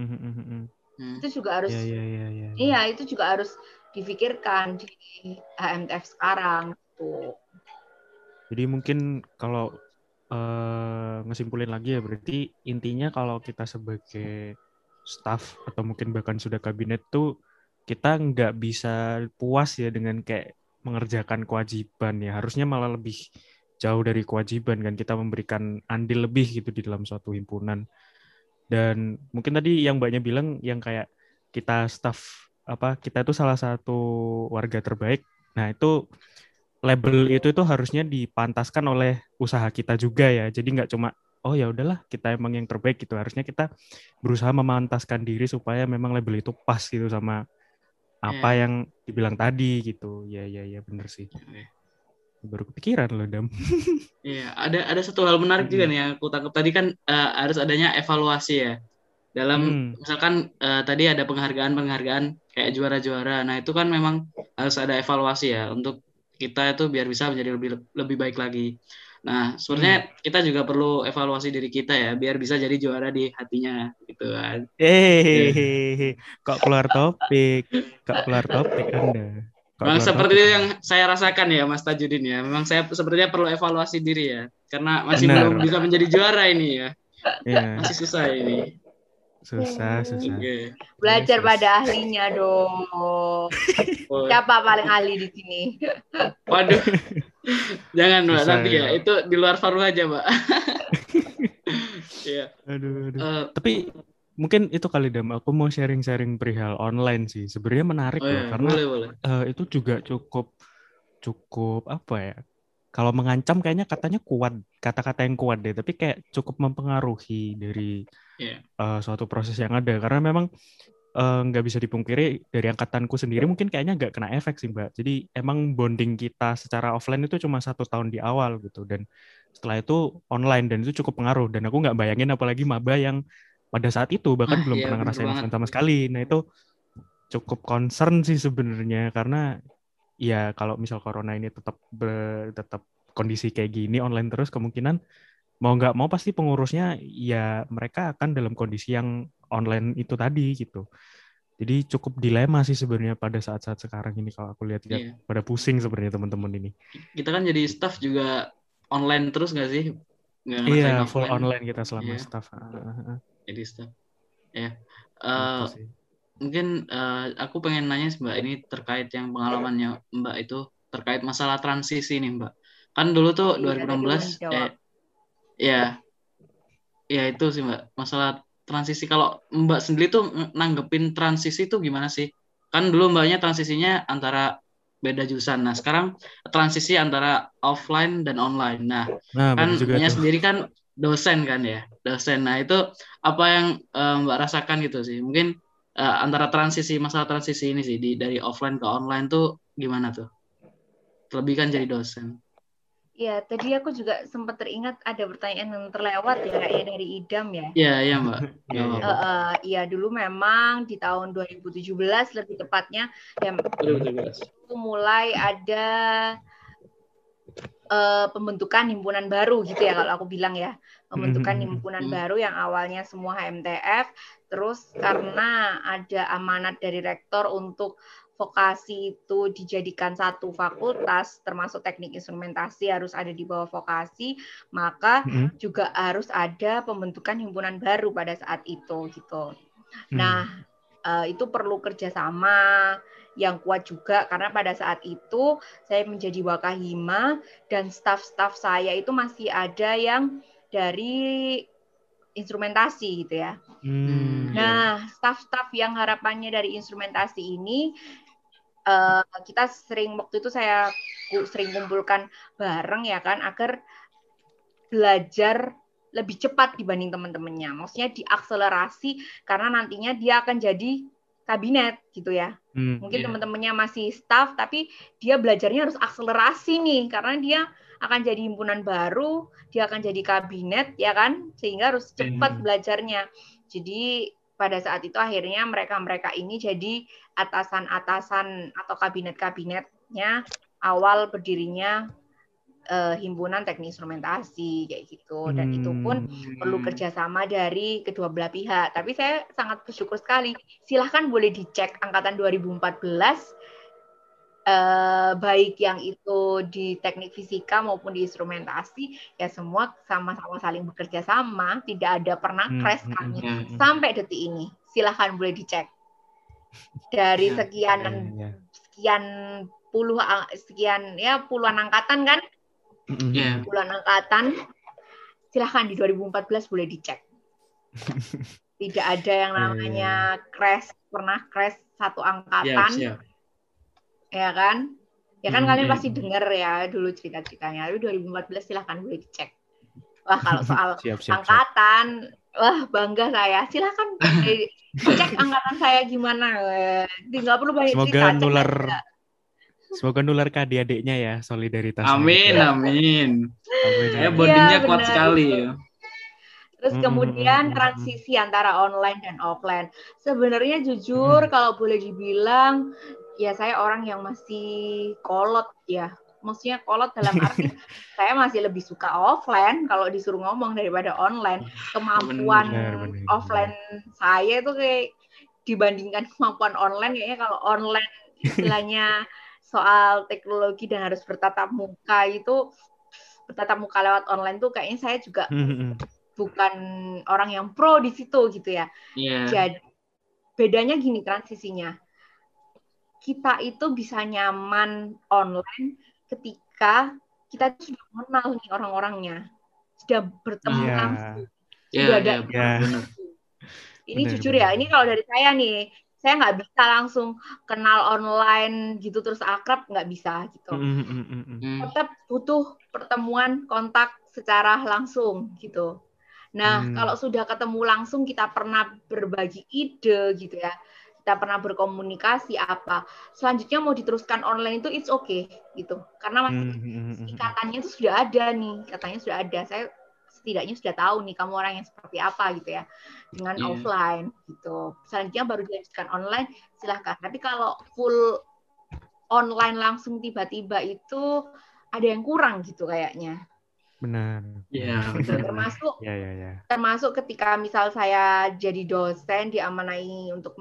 Itu juga harus, iya itu juga harus difikirkan di HMTF sekarang. Tuh.
Jadi mungkin kalau ngesimpulin lagi ya, berarti intinya kalau kita sebagai staff atau mungkin bahkan sudah kabinet tuh kita nggak bisa puas ya dengan kayak mengerjakan kewajiban ya, harusnya malah lebih jauh dari kewajiban kan, kita memberikan andil lebih gitu di dalam suatu himpunan. Dan mungkin tadi yang Mbaknya bilang yang kayak kita staff kita itu salah satu warga terbaik. Nah, itu label itu harusnya dipantaskan oleh usaha kita juga ya. Jadi nggak cuma oh ya udahlah kita emang yang terbaik gitu. Harusnya kita berusaha memantaskan diri supaya memang label itu pas gitu sama apa yang dibilang tadi gitu. Ya bener sih. Baru kepikiran loh, Dam.
Iya, ada satu hal menarik juga nih yang aku tangkap tadi kan, harus adanya evaluasi ya. Dalam misalkan tadi ada penghargaan kayak juara-juara. Nah, itu kan memang harus ada evaluasi ya untuk kita itu biar bisa menjadi lebih baik lagi. Nah, sebenarnya kita juga perlu evaluasi diri kita ya biar bisa jadi juara di hatinya gitu kan.
Kok keluar topik Anda.
Memang seperti itu yang saya rasakan ya Mas Tajudin ya. Memang saya sepertinya perlu evaluasi diri ya. Karena masih belum bisa menjadi juara ini ya. Masih susah ini.
Susah.
Okay.
Belajar pada ahlinya dong. Siapa paling ahli di sini?
Waduh. Jangan Mbak, nanti ya. Itu di luar forum aja Mbak.
Iya. Aduh. Tapi mungkin itu kali Dam, aku mau sharing-sharing perihal online sih. Sebenarnya menarik loh, karena
boleh.
Itu juga cukup apa ya? Kalau mengancam kayaknya katanya kuat, kata-kata yang kuat deh, tapi kayak cukup mempengaruhi dari suatu proses yang ada. Karena memang nggak bisa dipungkiri dari angkatanku sendiri mungkin kayaknya nggak kena efek sih Mbak. Jadi emang bonding kita secara offline itu cuma 1 tahun di awal gitu, dan setelah itu online, dan itu cukup pengaruh. Dan aku nggak bayangin apalagi maba yang pada saat itu bahkan belum pernah ngerasain offline sama sekali. Nah itu cukup concern sih sebenarnya, karena ya kalau misal corona ini tetap kondisi kayak gini online terus, kemungkinan mau nggak mau pasti pengurusnya ya mereka akan dalam kondisi yang online itu tadi gitu. Jadi cukup dilema sih sebenarnya pada saat-saat sekarang ini kalau aku lihat pada pusing sebenarnya teman-teman ini.
Kita kan jadi staff juga online terus nggak sih?
Iya, full online kita selama staff.
Jadi staff. Ya. Mungkin aku pengen nanya Mbak ini terkait yang pengalamannya Mbak itu terkait masalah transisi nih Mbak. Kan dulu tuh 2016 ya itu sih Mbak, masalah transisi. Kalau Mbak sendiri tuh nanggepin transisi tuh gimana sih? Kan dulu Mbaknya transisinya antara beda jurusan. Nah, sekarang transisi antara offline dan online. Nah kan Mbaknya sendiri kan dosen kan ya, dosen. Nah, itu apa yang Mbak rasakan gitu sih? Mungkin antara masalah transisi ini sih dari offline ke online tuh gimana tuh? Terlebih kan jadi dosen.
Ya, tadi aku juga sempat teringat ada pertanyaan yang terlewat ya, kayaknya dari Idam ya.
Iya Mbak.
Iya, dulu memang di tahun 2017 lebih tepatnya ya, itu mulai ada pembentukan himpunan baru gitu ya kalau aku bilang ya. Pembentukan himpunan baru yang awalnya semua HMTF, terus karena ada amanat dari rektor untuk vokasi itu dijadikan satu fakultas, termasuk teknik instrumentasi harus ada di bawah vokasi, maka juga harus ada pembentukan himpunan baru pada saat itu gitu. Nah, itu perlu kerjasama yang kuat juga, karena pada saat itu saya menjadi wakahima dan staf-staf saya itu masih ada yang dari instrumentasi gitu ya. Nah, staf-staf yang harapannya dari instrumentasi ini kita waktu itu saya sering kumpulkan bareng ya kan, agar belajar lebih cepat dibanding teman-temannya. Maksudnya diakselerasi karena nantinya dia akan jadi kabinet gitu ya. Mungkin teman-temannya masih staff tapi dia belajarnya harus akselerasi nih karena dia akan jadi himpunan baru, dia akan jadi kabinet ya kan, sehingga harus cepat belajarnya. Jadi pada saat itu akhirnya mereka-mereka ini jadi atasan-atasan atau kabinet-kabinetnya awal berdirinya himpunan teknik instrumentasi kayak gitu, dan itu pun perlu kerjasama dari kedua belah pihak. Tapi saya sangat bersyukur sekali. Silahkan boleh dicek angkatan 2014 baik yang itu di teknik fisika maupun di instrumentasi ya semua sama-sama saling bekerja sama, tidak ada pernah crash kami sampai detik ini. Silahkan boleh dicek dari sekian puluhan angkatan kan. Bulan angkatan, silahkan di 2014 boleh dicek. Tidak ada yang namanya pernah crash satu angkatan, ya kan? Ya kan kalian pasti dengar ya dulu cerita-ceritanya. Tapi 2014 silahkan boleh dicek. Wah kalau soal angkatan, wah bangga saya. Silahkan cek angkatan saya gimana. Nggak perlu banyak cerita.
Semoga nular ke adik-adiknya ya solidaritas.
Amin. Saya bondingnya kuat sekali ya.
Terus kemudian transisi antara online dan offline. Sebenarnya jujur kalau boleh dibilang ya saya orang yang masih kolot ya. Maksudnya kolot dalam arti saya masih lebih suka offline kalau disuruh ngomong daripada online. Kemampuan offline saya itu kayak dibandingkan kemampuan online, kayaknya kalau online istilahnya soal teknologi dan harus bertatap muka lewat online tuh kayaknya saya juga bukan orang yang pro di situ gitu ya. Jadi bedanya gini transisinya. Kita itu bisa nyaman online ketika kita sudah mengenal nih orang-orangnya. Sudah bertemu langsung. Sudah ada. Ini jujur ya, ini kalau dari saya nih, saya nggak bisa langsung kenal online gitu terus akrab, nggak bisa gitu. Tetap butuh pertemuan kontak secara langsung gitu. Nah kalau sudah ketemu langsung kita pernah berbagi ide gitu ya, kita pernah berkomunikasi apa, selanjutnya mau diteruskan online itu it's okay gitu, karena masih ikatannya itu sudah ada nih, katanya sudah ada. Saya setidaknya sudah tahu nih kamu orang yang seperti apa gitu ya dengan offline gitu. Selanjutnya baru dilanjutkan online, silahkan. Tapi kalau full online langsung tiba-tiba itu ada yang kurang gitu kayaknya.
Benar.
Termasuk ketika misal saya jadi dosen diamanai untuk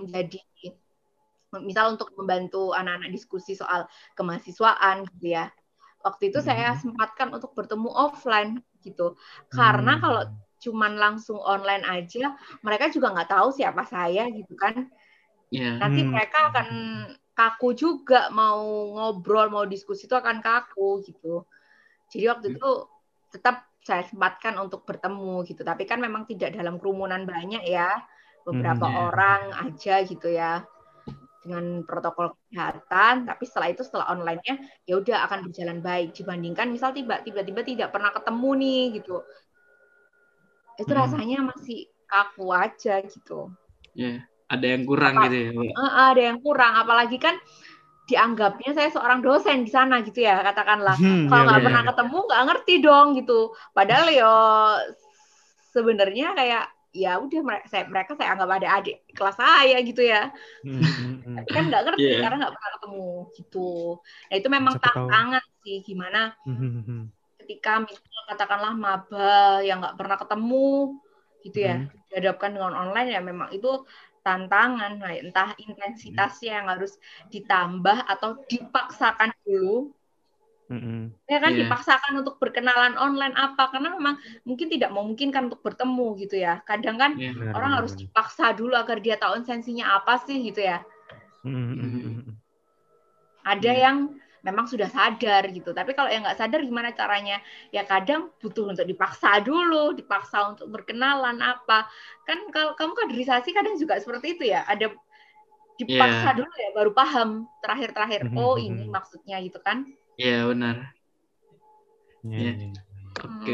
untuk membantu anak-anak diskusi soal kemahasiswaan gitu ya. Waktu itu saya sempatkan untuk bertemu offline gitu. Karena kalau cuman langsung online aja, mereka juga nggak tahu siapa saya gitu kan. Nanti mereka akan kaku juga, mau ngobrol, mau diskusi itu akan kaku gitu. Jadi waktu itu tetap saya sempatkan untuk bertemu gitu. Tapi kan memang tidak dalam kerumunan banyak ya. Beberapa orang aja gitu ya. Dengan protokol kesehatan, tapi setelah online-nya ya udah akan berjalan baik dibandingkan misal tiba-tiba tidak pernah ketemu nih gitu. Itu rasanya masih kaku aja gitu.
Ada yang kurang gitu ya.
Ada yang kurang, apalagi kan dianggapnya saya seorang dosen di sana gitu ya, katakanlah. Kalau nggak pernah ketemu nggak ngerti dong gitu. Padahal ya sebenarnya kayak ya udah mereka saya anggap ada adik kelas saya gitu ya. Tapi kan nggak ngerti karena nggak pernah ketemu gitu. Nah itu memang tantangan sih, gimana ketika misalnya katakanlah maba yang nggak pernah ketemu gitu ya, dihadapkan dengan online ya memang itu tantangan. Nah, entah intensitasnya yang harus ditambah atau dipaksakan dulu Ya kan
Iya.
dipaksakan untuk berkenalan online apa? Karena memang mungkin tidak memungkinkan untuk bertemu gitu ya. Kadang kan
Iya.
orang harus dipaksa dulu agar dia tahu esensinya apa sih gitu ya. Ada yang memang sudah sadar gitu. Tapi kalau yang nggak sadar gimana caranya? Ya kadang butuh untuk dipaksa dulu, dipaksa untuk berkenalan apa. Kan kalau kamu kaderisasi kadang juga seperti itu ya. Ada dipaksa dulu ya baru paham terakhir-terakhir. Oh ini maksudnya gitu kan.
Iya benar. Iya. Oke.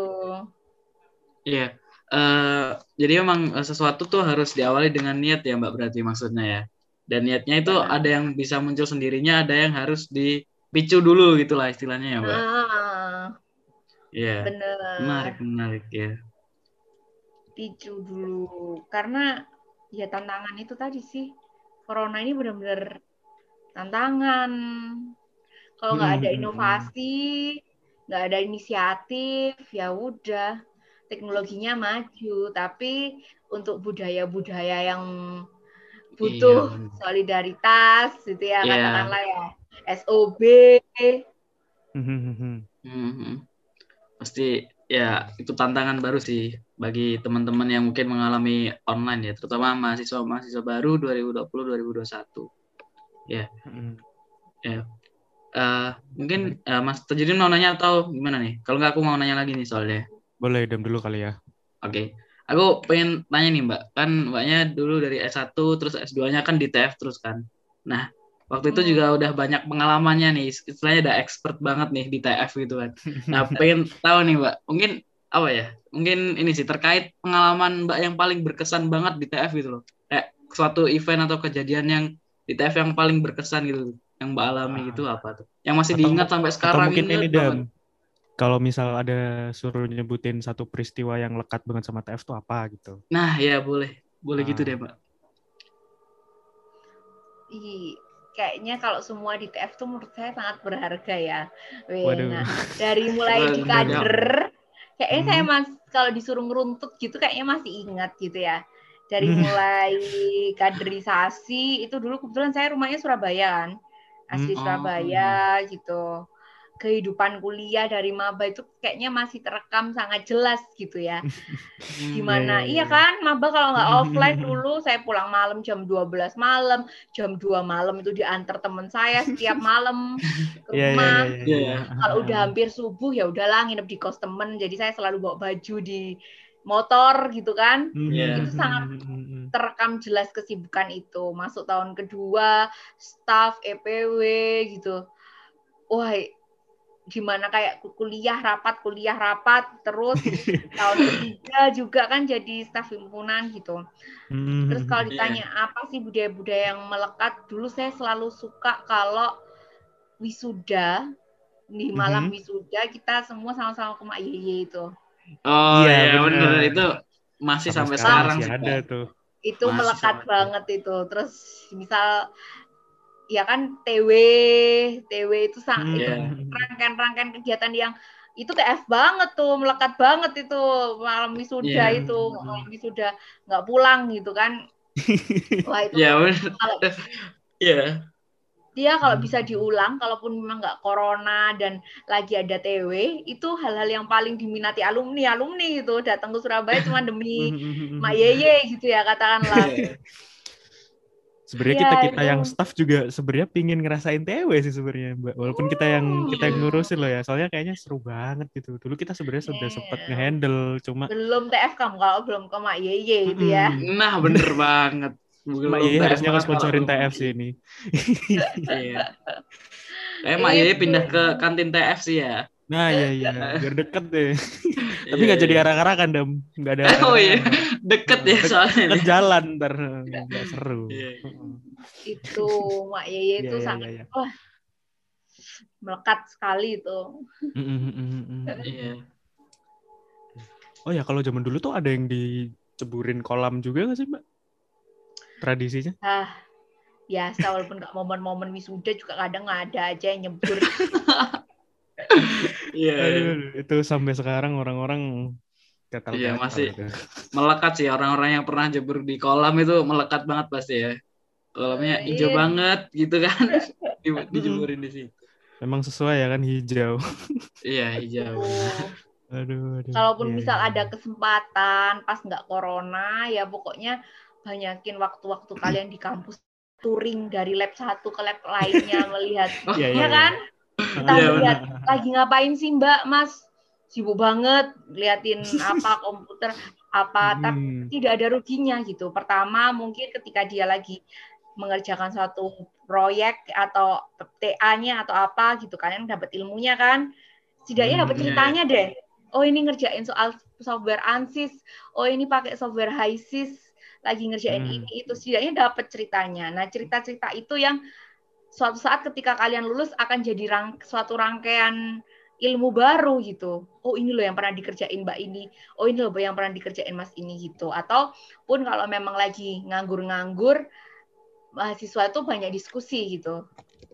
Iya. Jadi memang sesuatu tuh harus diawali dengan niat ya Mbak, berarti maksudnya ya. Dan niatnya itu ada yang bisa muncul sendirinya, ada yang harus dipicu dulu gitulah istilahnya ya Mbak. Iya.
Bener.
Menarik ya.
Picu dulu. Karena ya tantangan itu tadi sih. Corona ini benar-benar tantangan. Kalau nggak ada inovasi, nggak ada inisiatif, ya udah teknologinya maju. Tapi untuk budaya-budaya yang butuh solidaritas, gitu ya katakanlah ya SOB.
Pasti ya itu tantangan baru sih bagi teman-teman yang mungkin mengalami online ya, terutama mahasiswa baru 2020-2021. Ya. Ya. Mungkin Mas Tajudin mau nanya atau gimana nih? Kalau nggak aku mau nanya lagi nih soalnya.
Boleh Idam dulu kali ya.
Oke. Aku pengen tanya nih Mbak. Kan Mbaknya dulu dari S1 terus S2-nya kan di TF terus kan. Nah, waktu itu juga udah banyak pengalamannya nih. Istilahnya udah expert banget nih di TF gitu kan. Nah, pengen tahu nih Mbak. Mungkin apa ya? Mungkin ini sih terkait pengalaman Mbak yang paling berkesan banget di TF gitu loh. Kayak suatu event atau kejadian yang di TF yang paling berkesan gitu. Yang Mbak alami gitu apa tuh? Yang masih diingat sampai sekarang.
Atau mungkin ini Dam. Kalau misal ada suruh nyebutin satu peristiwa yang lekat banget sama TF tuh apa gitu.
Nah, ya boleh gitu deh, Mbak.
Kayaknya kalau semua di TF tuh menurut saya sangat berharga ya.
Waduh.
Nah, dari mulai di kader, kayaknya saya kalau disuruh ngeruntut gitu kayaknya masih ingat gitu ya. Dari mulai kaderisasi, itu dulu kebetulan saya rumahnya Surabaya kan. Asli Surabaya gitu. Kehidupan kuliah dari maba itu kayaknya masih terekam sangat jelas gitu ya. Gimana? Iya kan, maba kalau nggak offline dulu saya pulang malam jam 12 malam, jam 2 malam itu diantar teman saya setiap malam ke rumah. Kalau udah hampir subuh ya udahlah nginep di kos temen. Jadi saya selalu bawa baju di motor gitu kan. Itu sangat terekam jelas kesibukan itu. Masuk tahun kedua, staff, EPW gitu. Wah, gimana kayak kuliah rapat terus tahun ketiga juga kan jadi staf himpunan gitu. Terus kalau ditanya apa sih budaya-budaya yang melekat, dulu saya selalu suka kalau wisuda di malam wisuda kita semua sama-sama ke Mak Yeye itu.
Oh iya benar itu masih sampai sekarang sih
ada tuh.
Itu masih melekat banget itu. Terus misal ya kan TW itu sangat itu rangkaian kegiatan yang itu TF banget tuh, melekat banget itu malam wisuda itu, malam wisuda nggak pulang gitu kan. Wah itu dia kalau bisa diulang, kalaupun memang nggak corona dan lagi ada TW, itu hal-hal yang paling diminati alumni gitu, datang ke Surabaya cuma demi Mak Yeye gitu ya katakanlah.
Sebenarnya kita yang staff juga sebenarnya pingin ngerasain TW sih sebenarnya Mbak. Walaupun kita yang ngurusin loh ya. Soalnya kayaknya seru banget gitu. Dulu kita sebenarnya sudah sempat ngehandle cuma
belum TF kamu kalau belum ke Mak Yeye gitu ya.
Nah, bener banget.
Mak Yeye harusnya sponsorin TF sih ini.
Iya. Mak Yeye pindah ke kantin TF sih ya.
Nah iya biar deket deh. Tapi nggak jadi arak-arakan Dam, nggak ada.
Oh iya deket ya soalnya.
Jalan ntar nggak seru.
Itu Mak Yeye itu sangat wah melekat sekali itu. Oh
ya kalau zaman dulu tuh ada yang diceburin kolam juga nggak sih Mbak? Tradisinya?
Biasa walaupun nggak momen-momen wisuda juga kadang nggak ada aja yang nyebur.
Itu sampai sekarang orang-orang gatal-gatal.
Masih melekat sih orang-orang yang pernah jebur di kolam itu melekat banget pasti ya. Kolamnya hijau banget gitu kan. Dijeburin di situ.
Memang sesuai ya kan hijau.
Iya, hijau benar.
Aduh.
Kalaupun
Iya,
misal
iya.
ada kesempatan pas nggak corona, ya pokoknya banyakin waktu-waktu kalian di kampus touring dari lab satu ke lab lainnya melihat,
Iya, iya,
ya
iya.
kan? Kita
Iya,
ngelihat
benar.
lagi ngapain sih Mbak, Mas? Sibuk banget liatin apa komputer apa, tapi
Hmm.
tidak ada ruginya gitu. Pertama mungkin ketika dia lagi mengerjakan suatu proyek atau TA-nya atau apa gitu, kalian dapat ilmunya kan, setidaknya dapat
Iya, iya.
ceritanya deh. Oh ini ngerjain soal software ANSYS, oh ini pakai software HiSys, lagi ngerjain
Hmm.
ini itu, setidaknya dapat ceritanya. Nah cerita-cerita itu yang suatu saat ketika kalian lulus akan jadi suatu rangkaian ilmu baru gitu. Oh ini loh yang pernah dikerjain Mbak ini. Oh ini loh yang pernah dikerjain Mas ini gitu. Ataupun kalau memang lagi nganggur-nganggur, mahasiswa itu banyak diskusi gitu.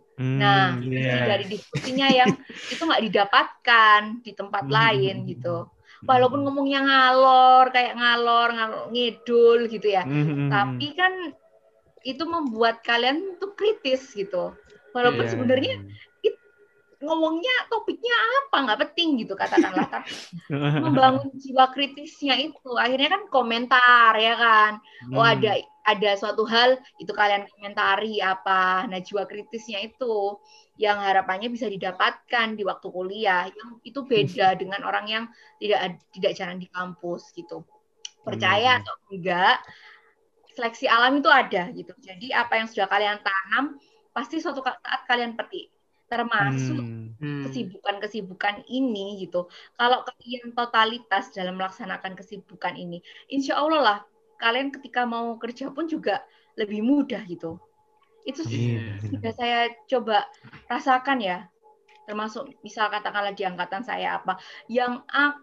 Nah, isi
Iya.
dari diskusinya yang itu nggak didapatkan di tempat lain gitu. Walaupun ngomongnya ngalor, kayak ngalor ngidul gitu ya. Tapi kan itu membuat kalian tuh kritis gitu. Walaupun
Iya.
sebenarnya ngomongnya topiknya apa nggak penting gitu katakanlah, tapi membangun jiwa kritisnya itu akhirnya kan komentar ya kan. Oh ada suatu hal itu kalian komentari apa. Nah jiwa kritisnya itu yang harapannya bisa didapatkan di waktu kuliah yang itu beda dengan orang yang tidak jarang di kampus gitu. Percaya atau enggak, seleksi alam itu ada gitu. Jadi apa yang sudah kalian tanam pasti suatu saat kalian petik. Termasuk kesibukan-kesibukan ini gitu. Kalau kalian totalitas dalam melaksanakan kesibukan ini, insya Allah lah kalian ketika mau kerja pun juga lebih mudah gitu. Itu sudah saya coba rasakan ya. Termasuk misal katakanlah di angkatan saya apa, yang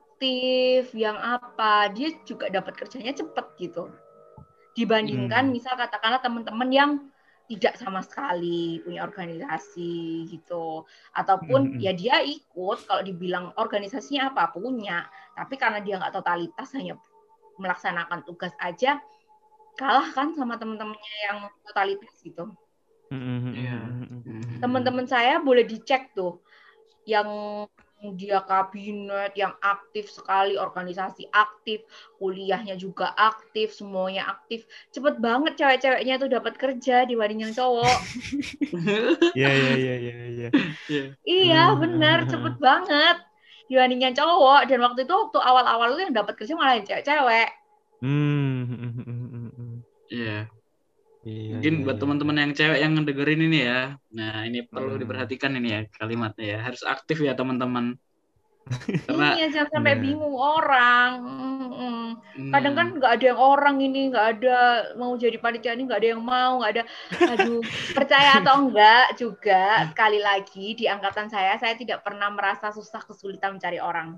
aktif, yang apa, dia juga dapat kerjanya cepat gitu. Dibandingkan misal katakanlah teman-teman yang tidak sama sekali punya organisasi gitu, ataupun ya dia ikut kalau dibilang organisasinya apa punya, tapi karena dia nggak totalitas hanya melaksanakan tugas aja, kalah kan sama teman-temannya yang totalitas gitu. Teman-teman saya boleh dicek tuh yang dia kabinet yang aktif sekali, organisasi aktif, kuliahnya juga aktif, semuanya aktif. Cepet banget cewek-ceweknya tuh dapat kerja dibanding yang cowok.
Iya.
Iya, benar, cepet banget dibanding yang cowok. Dan waktu awal-awal itu yang dapat kerja malah yang cewek-cewek.
Iya.
Iya,
Mungkin buat
iya.
teman-teman yang cewek yang ngedengerin ini ya. Nah, ini perlu diperhatikan ini ya kalimatnya ya. Harus aktif ya teman-teman. Karena
iya, jangan sampai bingung orang. Kadang kan nggak ada yang orang ini, nggak ada mau jadi panitia ini, nggak ada yang mau, nggak ada. Aduh, percaya atau enggak juga, sekali lagi di angkatan saya tidak pernah merasa susah kesulitan mencari orang.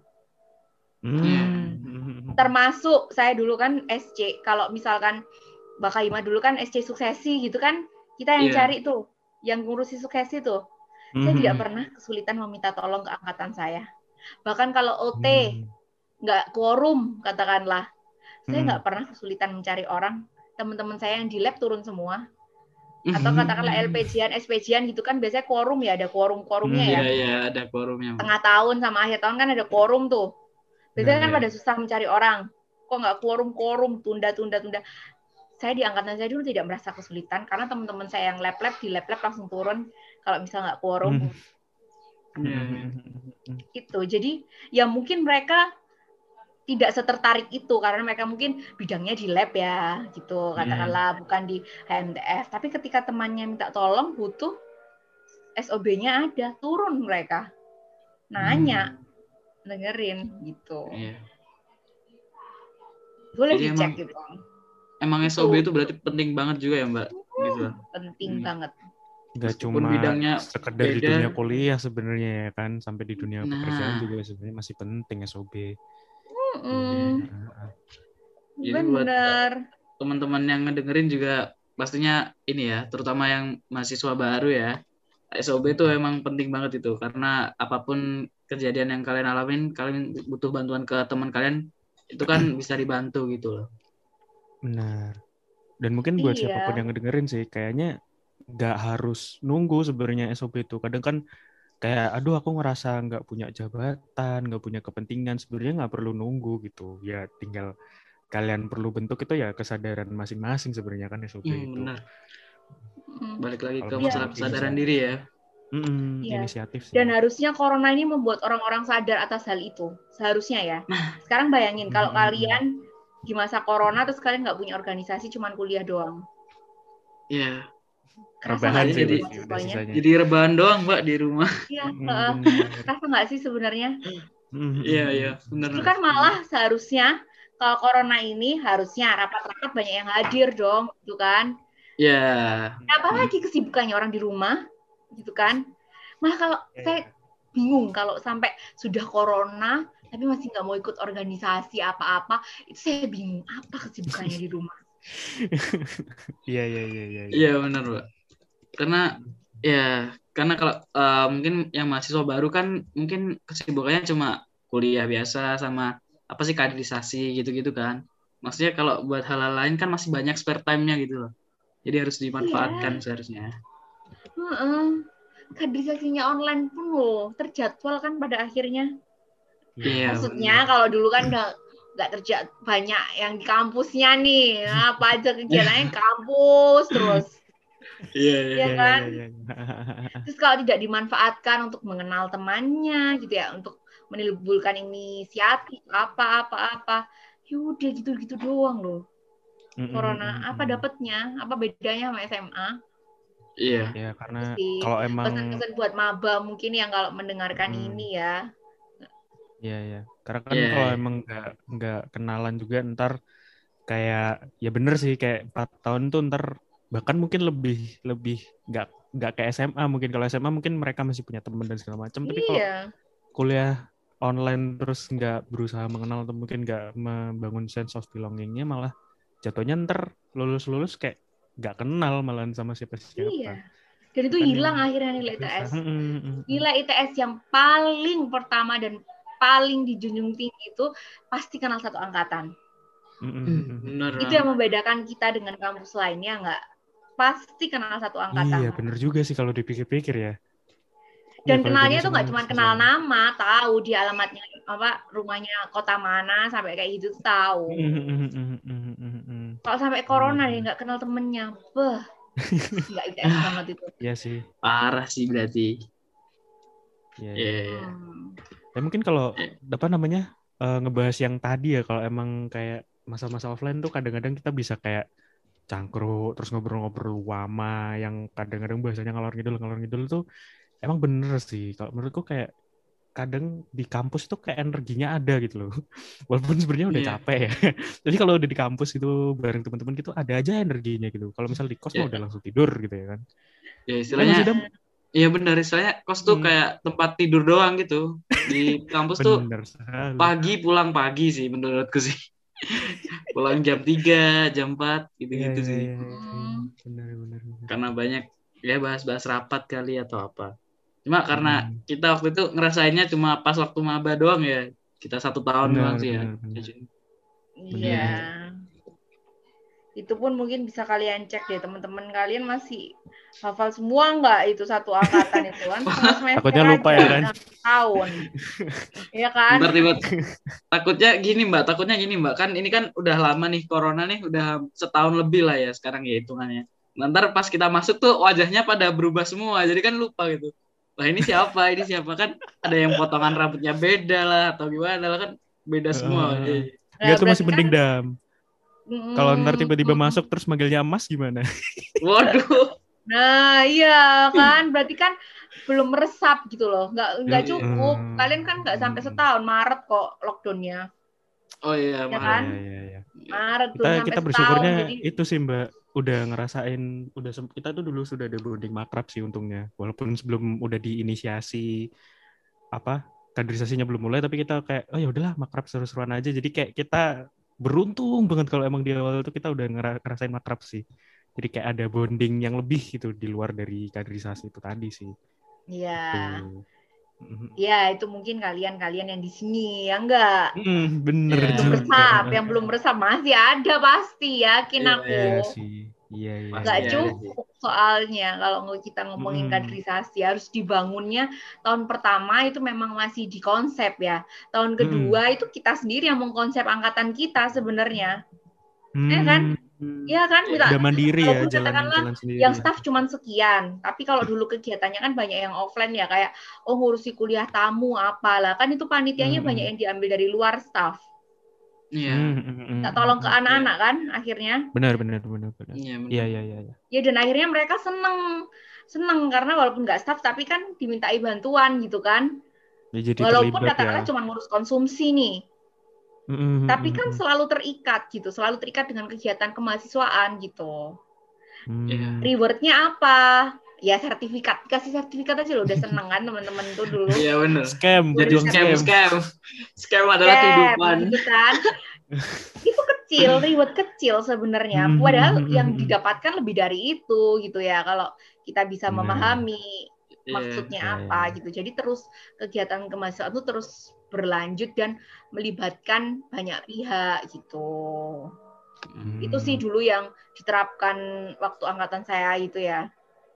Termasuk saya dulu kan SC, kalau misalkan Mbak Kaima dulu kan SC suksesi gitu kan, kita yang cari tuh, yang ngurusi suksesi tuh. Saya tidak pernah kesulitan meminta tolong ke angkatan saya. Bahkan kalau OT nggak quorum katakanlah, saya nggak pernah kesulitan mencari orang. Teman-teman saya yang di lab turun semua. Atau katakanlah LPG-an, SPG-an gitu kan biasanya quorum ya, ada quorum-quorumnya ya.
Iya, ada quorumnya.
Tengah tahun sama akhir tahun kan ada quorum tuh. Biasanya kan pada susah mencari orang. Kok nggak quorum, tunda. Saya di angkatan saya dulu tidak merasa kesulitan karena teman-teman saya yang lab di lab langsung turun kalau misal nggak quorum. Itu. Jadi ya mungkin mereka tidak setertarik itu karena mereka mungkin bidangnya di lab ya gitu, katakanlah bukan di HMTF. Tapi ketika temannya minta tolong butuh SOB-nya ada, turun mereka. Nanya, dengerin gitu. Boleh
jadi
dicek gitu.
Emang SOB itu berarti penting banget juga ya Mbak? Gitu.
Penting banget.
Nggak cuma
bidangnya
sekedar di dunia kuliah sebenarnya ya kan, sampai di dunia pekerjaan juga sebenarnya masih penting SOB.
Jadi buat teman-teman yang ngedengerin juga pastinya ini ya, terutama yang mahasiswa baru ya, SOB itu emang penting banget itu, karena apapun kejadian yang kalian alamin, kalian butuh bantuan ke teman kalian, itu kan bisa dibantu gitu loh.
Benar. Dan mungkin buat siapapun yang ngedengerin sih, kayaknya nggak harus nunggu sebenarnya SOB itu. Kadang kan kayak aduh aku ngerasa nggak punya jabatan, nggak punya kepentingan, sebenarnya nggak perlu nunggu gitu. Ya tinggal kalian perlu bentuk itu ya kesadaran masing-masing sebenarnya kan SOP itu.
Benar.
Mm.
Balik lagi
Kalau
ke
Iya,
masalah
masalah
kesadaran
inisiatif,
diri ya.
iya.
inisiatif sih.
Dan harusnya corona ini membuat orang-orang sadar atas hal itu. Seharusnya ya. Sekarang bayangin kalau kalian di masa corona terus kalian nggak punya organisasi, cuman kuliah doang.
Iya.
Kerasa
Rebahan
nggak sih
sih
jadi
jadi
pasti udah
mahasiswanya?
sisanya.
jadi rebahan doang Mbak di rumah.
Iya,
Bener.
kerasa nggak sih sebenarnya?
Iya, iya, benar.
Itu kan malah seharusnya kalau corona ini harusnya rapat-rapat banyak yang hadir dong, gitu kan?
Ya.
Apalagi kesibukannya orang di rumah, gitu kan? Malah kalau saya bingung kalau sampai sudah corona tapi masih nggak mau ikut organisasi apa-apa, itu saya bingung apa kesibukannya di rumah.
Iya.
Iya benar, Mbak. Karena karena kalau mungkin yang mahasiswa baru kan mungkin kesibukannya cuma kuliah biasa sama apa sih kaderisasi gitu-gitu kan. Maksudnya kalau buat hal-hal lain kan masih banyak spare time-nya gitu loh. Jadi harus dimanfaatkan seharusnya.
Kaderisasinya online pun loh terjadwal kan pada akhirnya.
Iya.
Maksudnya kalau dulu kan nggak terjadi banyak yang di kampusnya nih, apa aja kegiatannya kampus terus.
Iya.
Ya kan? Terus kalau tidak dimanfaatkan untuk mengenal temannya gitu ya, untuk menimbulkan inisiatif apa-apa, yaudah gitu-gitu doang loh. Corona apa dapatnya? Apa bedanya sama SMA?
Iya.
Ya karena
Sih.
kalau emang
Pesan-pesan buat maba mungkin yang kalau mendengarkan ini ya.
Iya. Karena kan kalau emang nggak kenalan juga ntar kayak ya bener sih kayak 4 tahun tuh ntar bahkan mungkin lebih nggak kayak SMA. Mungkin kalau SMA mungkin mereka masih punya teman dan segala macam, tapi kalau kuliah online terus nggak berusaha mengenal atau mungkin nggak membangun sense of belongingnya, malah jatuhnya ntar lulus kayak nggak kenal malahan sama siapa.
Iya. Dan itu
Kan
hilang
yang
akhirnya nilai ITS.
susah.
Nilai ITS yang paling pertama dan paling dijunjung tinggi itu pasti kenal satu angkatan.
Benar.
Itu yang membedakan kita dengan kampus lainnya, nggak? Pasti kenal satu angkatan.
Iya, bener juga sih kalau dipikir-pikir ya.
Dan kenalnya tuh nggak cuma kenal nama, tahu di alamatnya apa, rumahnya kota mana, sampai kayak gitu tuh tahu. Kalau sampai corona ya nggak kenal temennya, nggak ITS banget itu.
Iya sih.
Parah sih berarti.
Iya. Ya mungkin kalau apa namanya ngebahas yang tadi ya, kalau emang kayak masa-masa offline tuh kadang-kadang kita bisa kayak cangkruk terus ngobrol-ngobrol wama yang kadang-kadang bahasanya ngalor ngidul tuh emang bener sih. Kalau menurutku kayak kadang di kampus tuh kayak energinya ada gitu loh. Walaupun sebenarnya udah capek ya. Tapi kalau udah di kampus gitu bareng teman-teman gitu ada aja energinya gitu. Kalau misal di kos mah udah langsung tidur gitu ya kan.
Ya istilahnya iya benar, istilahnya kos tuh kayak tempat tidur doang gitu. Di kampus tuh pagi pulang pagi sih menurutku sih. Pulang jam 3, jam 4 gitu-gitu sih.
Benar.
Karena banyak ya bahas-bahas rapat kali atau apa. Cuma karena kita waktu itu ngerasainnya cuma pas waktu maba doang ya. Kita 1 tahun doang sih ya.
Iya. Itu pun mungkin bisa kalian cek deh, teman-teman kalian masih hafal semua nggak itu satu angkatan itu kan?
Takutnya lupa ya kan?
Tahun. Iya kan?
Takutnya gini Mbak, kan ini kan udah lama nih corona nih, udah setahun lebih lah ya sekarang ya hitungannya. Ntar pas kita masuk tuh wajahnya pada berubah semua, jadi kan lupa gitu. Wah ini siapa kan ada yang potongan rambutnya beda lah atau gimana lah kan beda semua.
Enggak tuh masih mending Dam. Kalau ntar tiba-tiba masuk terus manggilnya Mas gimana?
Waduh.
Nah iya kan, berarti kan belum meresap gitu loh, nggak cukup. Kalian kan nggak sampai setahun, Maret kok lockdownnya.
Oh iya,
ya kan? Iya. Maret
kita bersyukurnya setahun, jadi itu sih Mbak, udah ngerasain, kita tuh dulu sudah ada bonding makrab sih untungnya, walaupun sebelum udah diinisiasi kaderisasinya belum mulai, tapi kita kayak oh ya udahlah makrab seru-seruan aja, jadi kayak kita beruntung banget kalau emang di awal itu kita udah ngerasain makrab sih. Jadi kayak ada bonding yang lebih gitu di luar dari kaderisasi itu tadi sih.
Iya. Ya itu mungkin kalian yang di sini ya enggak.
Bener
belum
juga.
Meresap, yang belum meresap masih ada pasti, yakin aku.
Iya sih. Iya.
Nggak cukup soalnya kalau kita ngomongin kaderisasi harus dibangunnya tahun pertama itu memang masih di konsep ya. Tahun kedua itu kita sendiri yang mengkonsep angkatan kita sebenarnya. Ya kan? Iya kan,
udah mandiri ya,
jalan
sendiri.
Yang staff cuma sekian, tapi kalau dulu kegiatannya kan banyak yang offline ya, kayak ngurusi kuliah tamu apalah, kan itu panitianya banyak yang diambil dari luar staff.
Iya.
Tolong ke anak-anak kan akhirnya.
Benar. Iya. Ya,
dan akhirnya mereka seneng karena walaupun nggak staff tapi kan dimintai bantuan gitu kan.
Ya, jadi
walaupun
terlibat,
katakanlah
ya.
cuma ngurus konsumsi nih. Tapi kan selalu terikat dengan kegiatan kemahasiswaan gitu. Rewardnya apa? Ya sertifikat, kasih sertifikat aja lo udah seneng kan teman-teman tuh dulu.
Iya benar.
Jadi
scam adalah kehidupan.
Gitu kan. Itu kecil, reward kecil sebenarnya. Padahal yang didapatkan lebih dari itu gitu ya. Kalau kita bisa memahami maksudnya apa gitu. Jadi terus kegiatan kemahasiswaan itu terus berlanjut dan melibatkan banyak pihak gitu. Itu sih dulu yang diterapkan waktu angkatan saya gitu ya.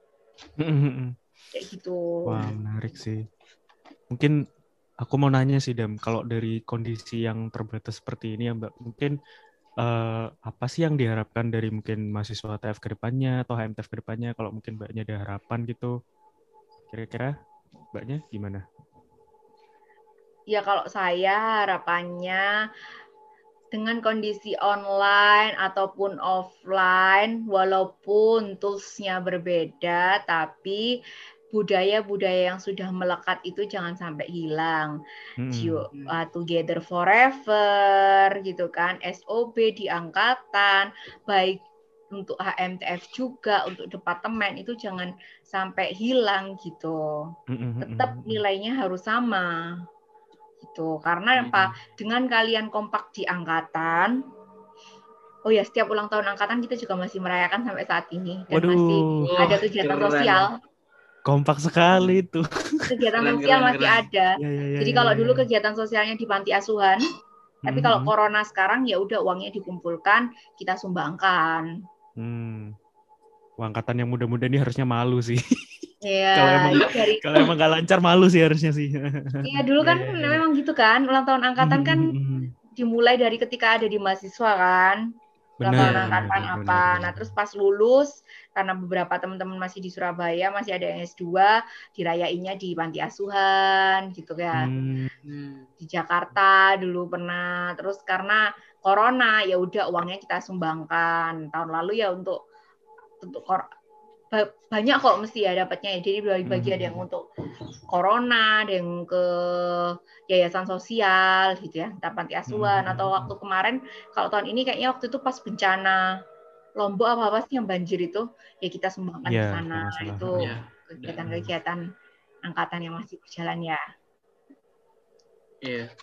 Kayak gitu.
Wah, menarik sih. Mungkin aku mau nanya sih, Dam, kalau dari kondisi yang terbatas seperti ini ya, Mbak, mungkin apa sih yang diharapkan dari mungkin mahasiswa TF ke depannya atau HMTF ke depannya, kalau mungkin Mbaknya ada harapan gitu, kira-kira Mbaknya gimana?
Ya kalau saya harapannya dengan kondisi online ataupun offline, walaupun toolsnya berbeda, tapi budaya-budaya yang sudah melekat itu jangan sampai hilang. Together forever, gitu kan. SOB di angkatan, baik untuk HMTF juga, untuk departemen, itu jangan sampai hilang gitu. Tetap nilainya harus sama. Gitu. Karena apa? Dengan kalian kompak di angkatan, oh ya setiap ulang tahun angkatan kita juga masih merayakan sampai saat ini dan masih ada kegiatan sosial.
Kompak sekali itu.
Kegiatan sosial masih ada. Jadi kalau dulu kegiatan sosialnya di panti asuhan, tapi kalau corona sekarang ya udah uangnya dikumpulkan, kita sumbangkan.
Angkatan yang muda-muda ini harusnya malu sih.
Iya,
kalau emang gak lancar malu sih harusnya sih.
Iya dulu kan memang gitu kan, ulang tahun angkatan kan dimulai dari ketika ada di mahasiswa kan, ulang tahun angkatan apa. Nah terus pas lulus, karena beberapa teman-teman masih di Surabaya, masih ada yang S2, dirayainnya di panti asuhan gitu ya. Di Jakarta dulu pernah, terus karena corona ya udah uangnya kita sumbangkan. Tahun lalu ya untuk banyak kok mesti ya dapatnya ya. Jadi bagi ada yang untuk corona, ada yang ke yayasan sosial gitu ya, entah panti asuhan atau waktu kemarin kalau tahun ini kayaknya waktu itu pas bencana Lombok apa sih yang banjir itu ya kita sumbangkan ke sana. Itu kegiatan-kegiatan angkatan yang masih berjalan ya.
Iya.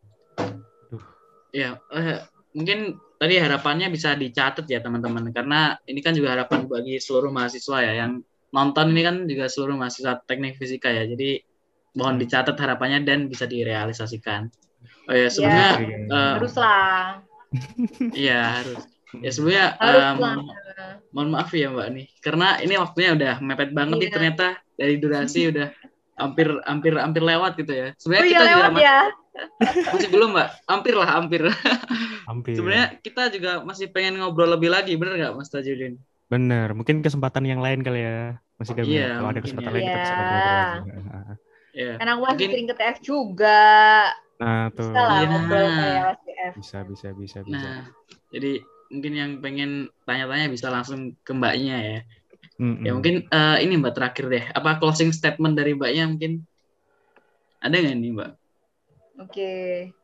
Iya, mungkin tadi harapannya bisa dicatat ya teman-teman, karena ini kan juga harapan bagi seluruh mahasiswa ya, yang nonton ini kan juga seluruh mahasiswa teknik fisika ya, jadi mohon dicatat harapannya dan bisa direalisasikan. Oh ya sebelumnya
haruslah.
Iya harus. Ya sebelumnya mohon maaf ya Mbak nih, karena ini waktunya udah mepet banget nih ternyata, dari durasi udah hampir lewat gitu ya. Sebenarnya kita juga masih belum Mbak, hampir. Sebenarnya kita juga masih pengen ngobrol lebih lagi, bener nggak Mas Tajudin?
Bener, mungkin kesempatan yang lain kali ya, Mas Idam. Kalau ada kesempatan lain kita bisa ngobrol lagi.
Karena aku masih sering ke TF juga.
Nah tuh.
Bisa lah ngobrol kayak TF.
Bisa.
Nah, jadi mungkin yang pengen tanya-tanya bisa langsung ke Mbaknya ya. Ya mungkin ini Mbak terakhir deh, apa closing statement dari Mbaknya mungkin ada nggak nih Mbak?
Oke.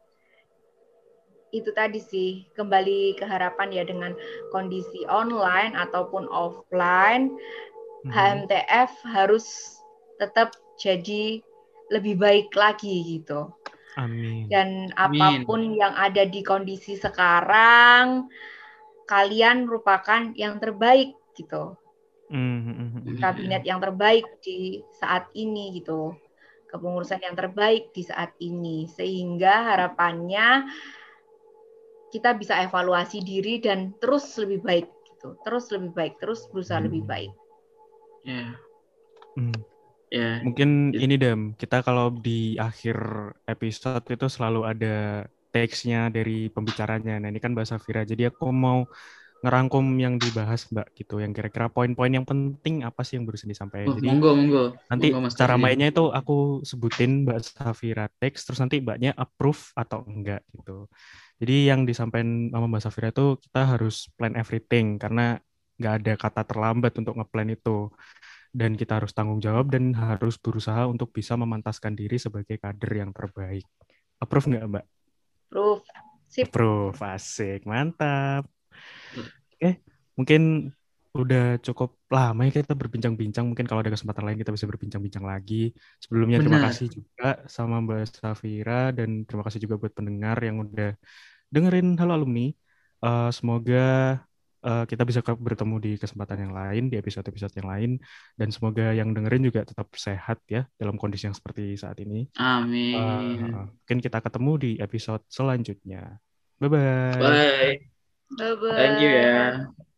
Itu tadi sih, kembali ke harapan ya, dengan kondisi online ataupun offline, HMTF harus tetap jadi lebih baik lagi gitu.
Amin.
Dan apapun yang ada di kondisi sekarang, kalian merupakan yang terbaik gitu. Kabinet yang terbaik di saat ini gitu. Kepengurusan yang terbaik di saat ini. Sehingga harapannya kita bisa evaluasi diri dan terus lebih baik gitu. Terus lebih baik, terus berusaha lebih baik.
Ya,
Hmm.
ya.
Mungkin
It-
ini Dam, kita kalau di akhir episode itu selalu ada teksnya dari pembicaranya. Nah ini kan Mbak Safira, jadi aku mau ngerangkum yang dibahas Mbak gitu, yang kira-kira poin-poin yang penting apa sih yang barusan disampaikan. Jadi
Monggo, monggo,
nanti
monggo Mas
cara
Tajudin.
mainnya itu aku sebutin Mbak Safira teks, terus nanti Mbaknya approve atau enggak gitu. Jadi yang disampaikan sama Mbak Safira itu kita harus plan everything karena nggak ada kata terlambat untuk ngeplan itu. Dan kita harus tanggung jawab dan harus berusaha untuk bisa memantaskan diri sebagai kader yang terbaik. Approve nggak Mbak?
Proof. Sip.
Approve, asik, mantap. Oke, mungkin udah cukup lama ya kita berbincang-bincang. Mungkin kalau ada kesempatan lain kita bisa berbincang-bincang lagi. Sebelumnya terima
Benar.
kasih juga sama Mbak Safira dan terima kasih juga buat pendengar yang udah dengerin Halo Alumni. Semoga kita bisa bertemu di kesempatan yang lain, di episode-episode yang lain. Dan semoga yang dengerin juga tetap sehat ya dalam kondisi yang seperti saat ini.
Amin.
Mungkin kita ketemu di episode selanjutnya. Bye-bye.
Bye. Thank you
Bye-bye.
ya.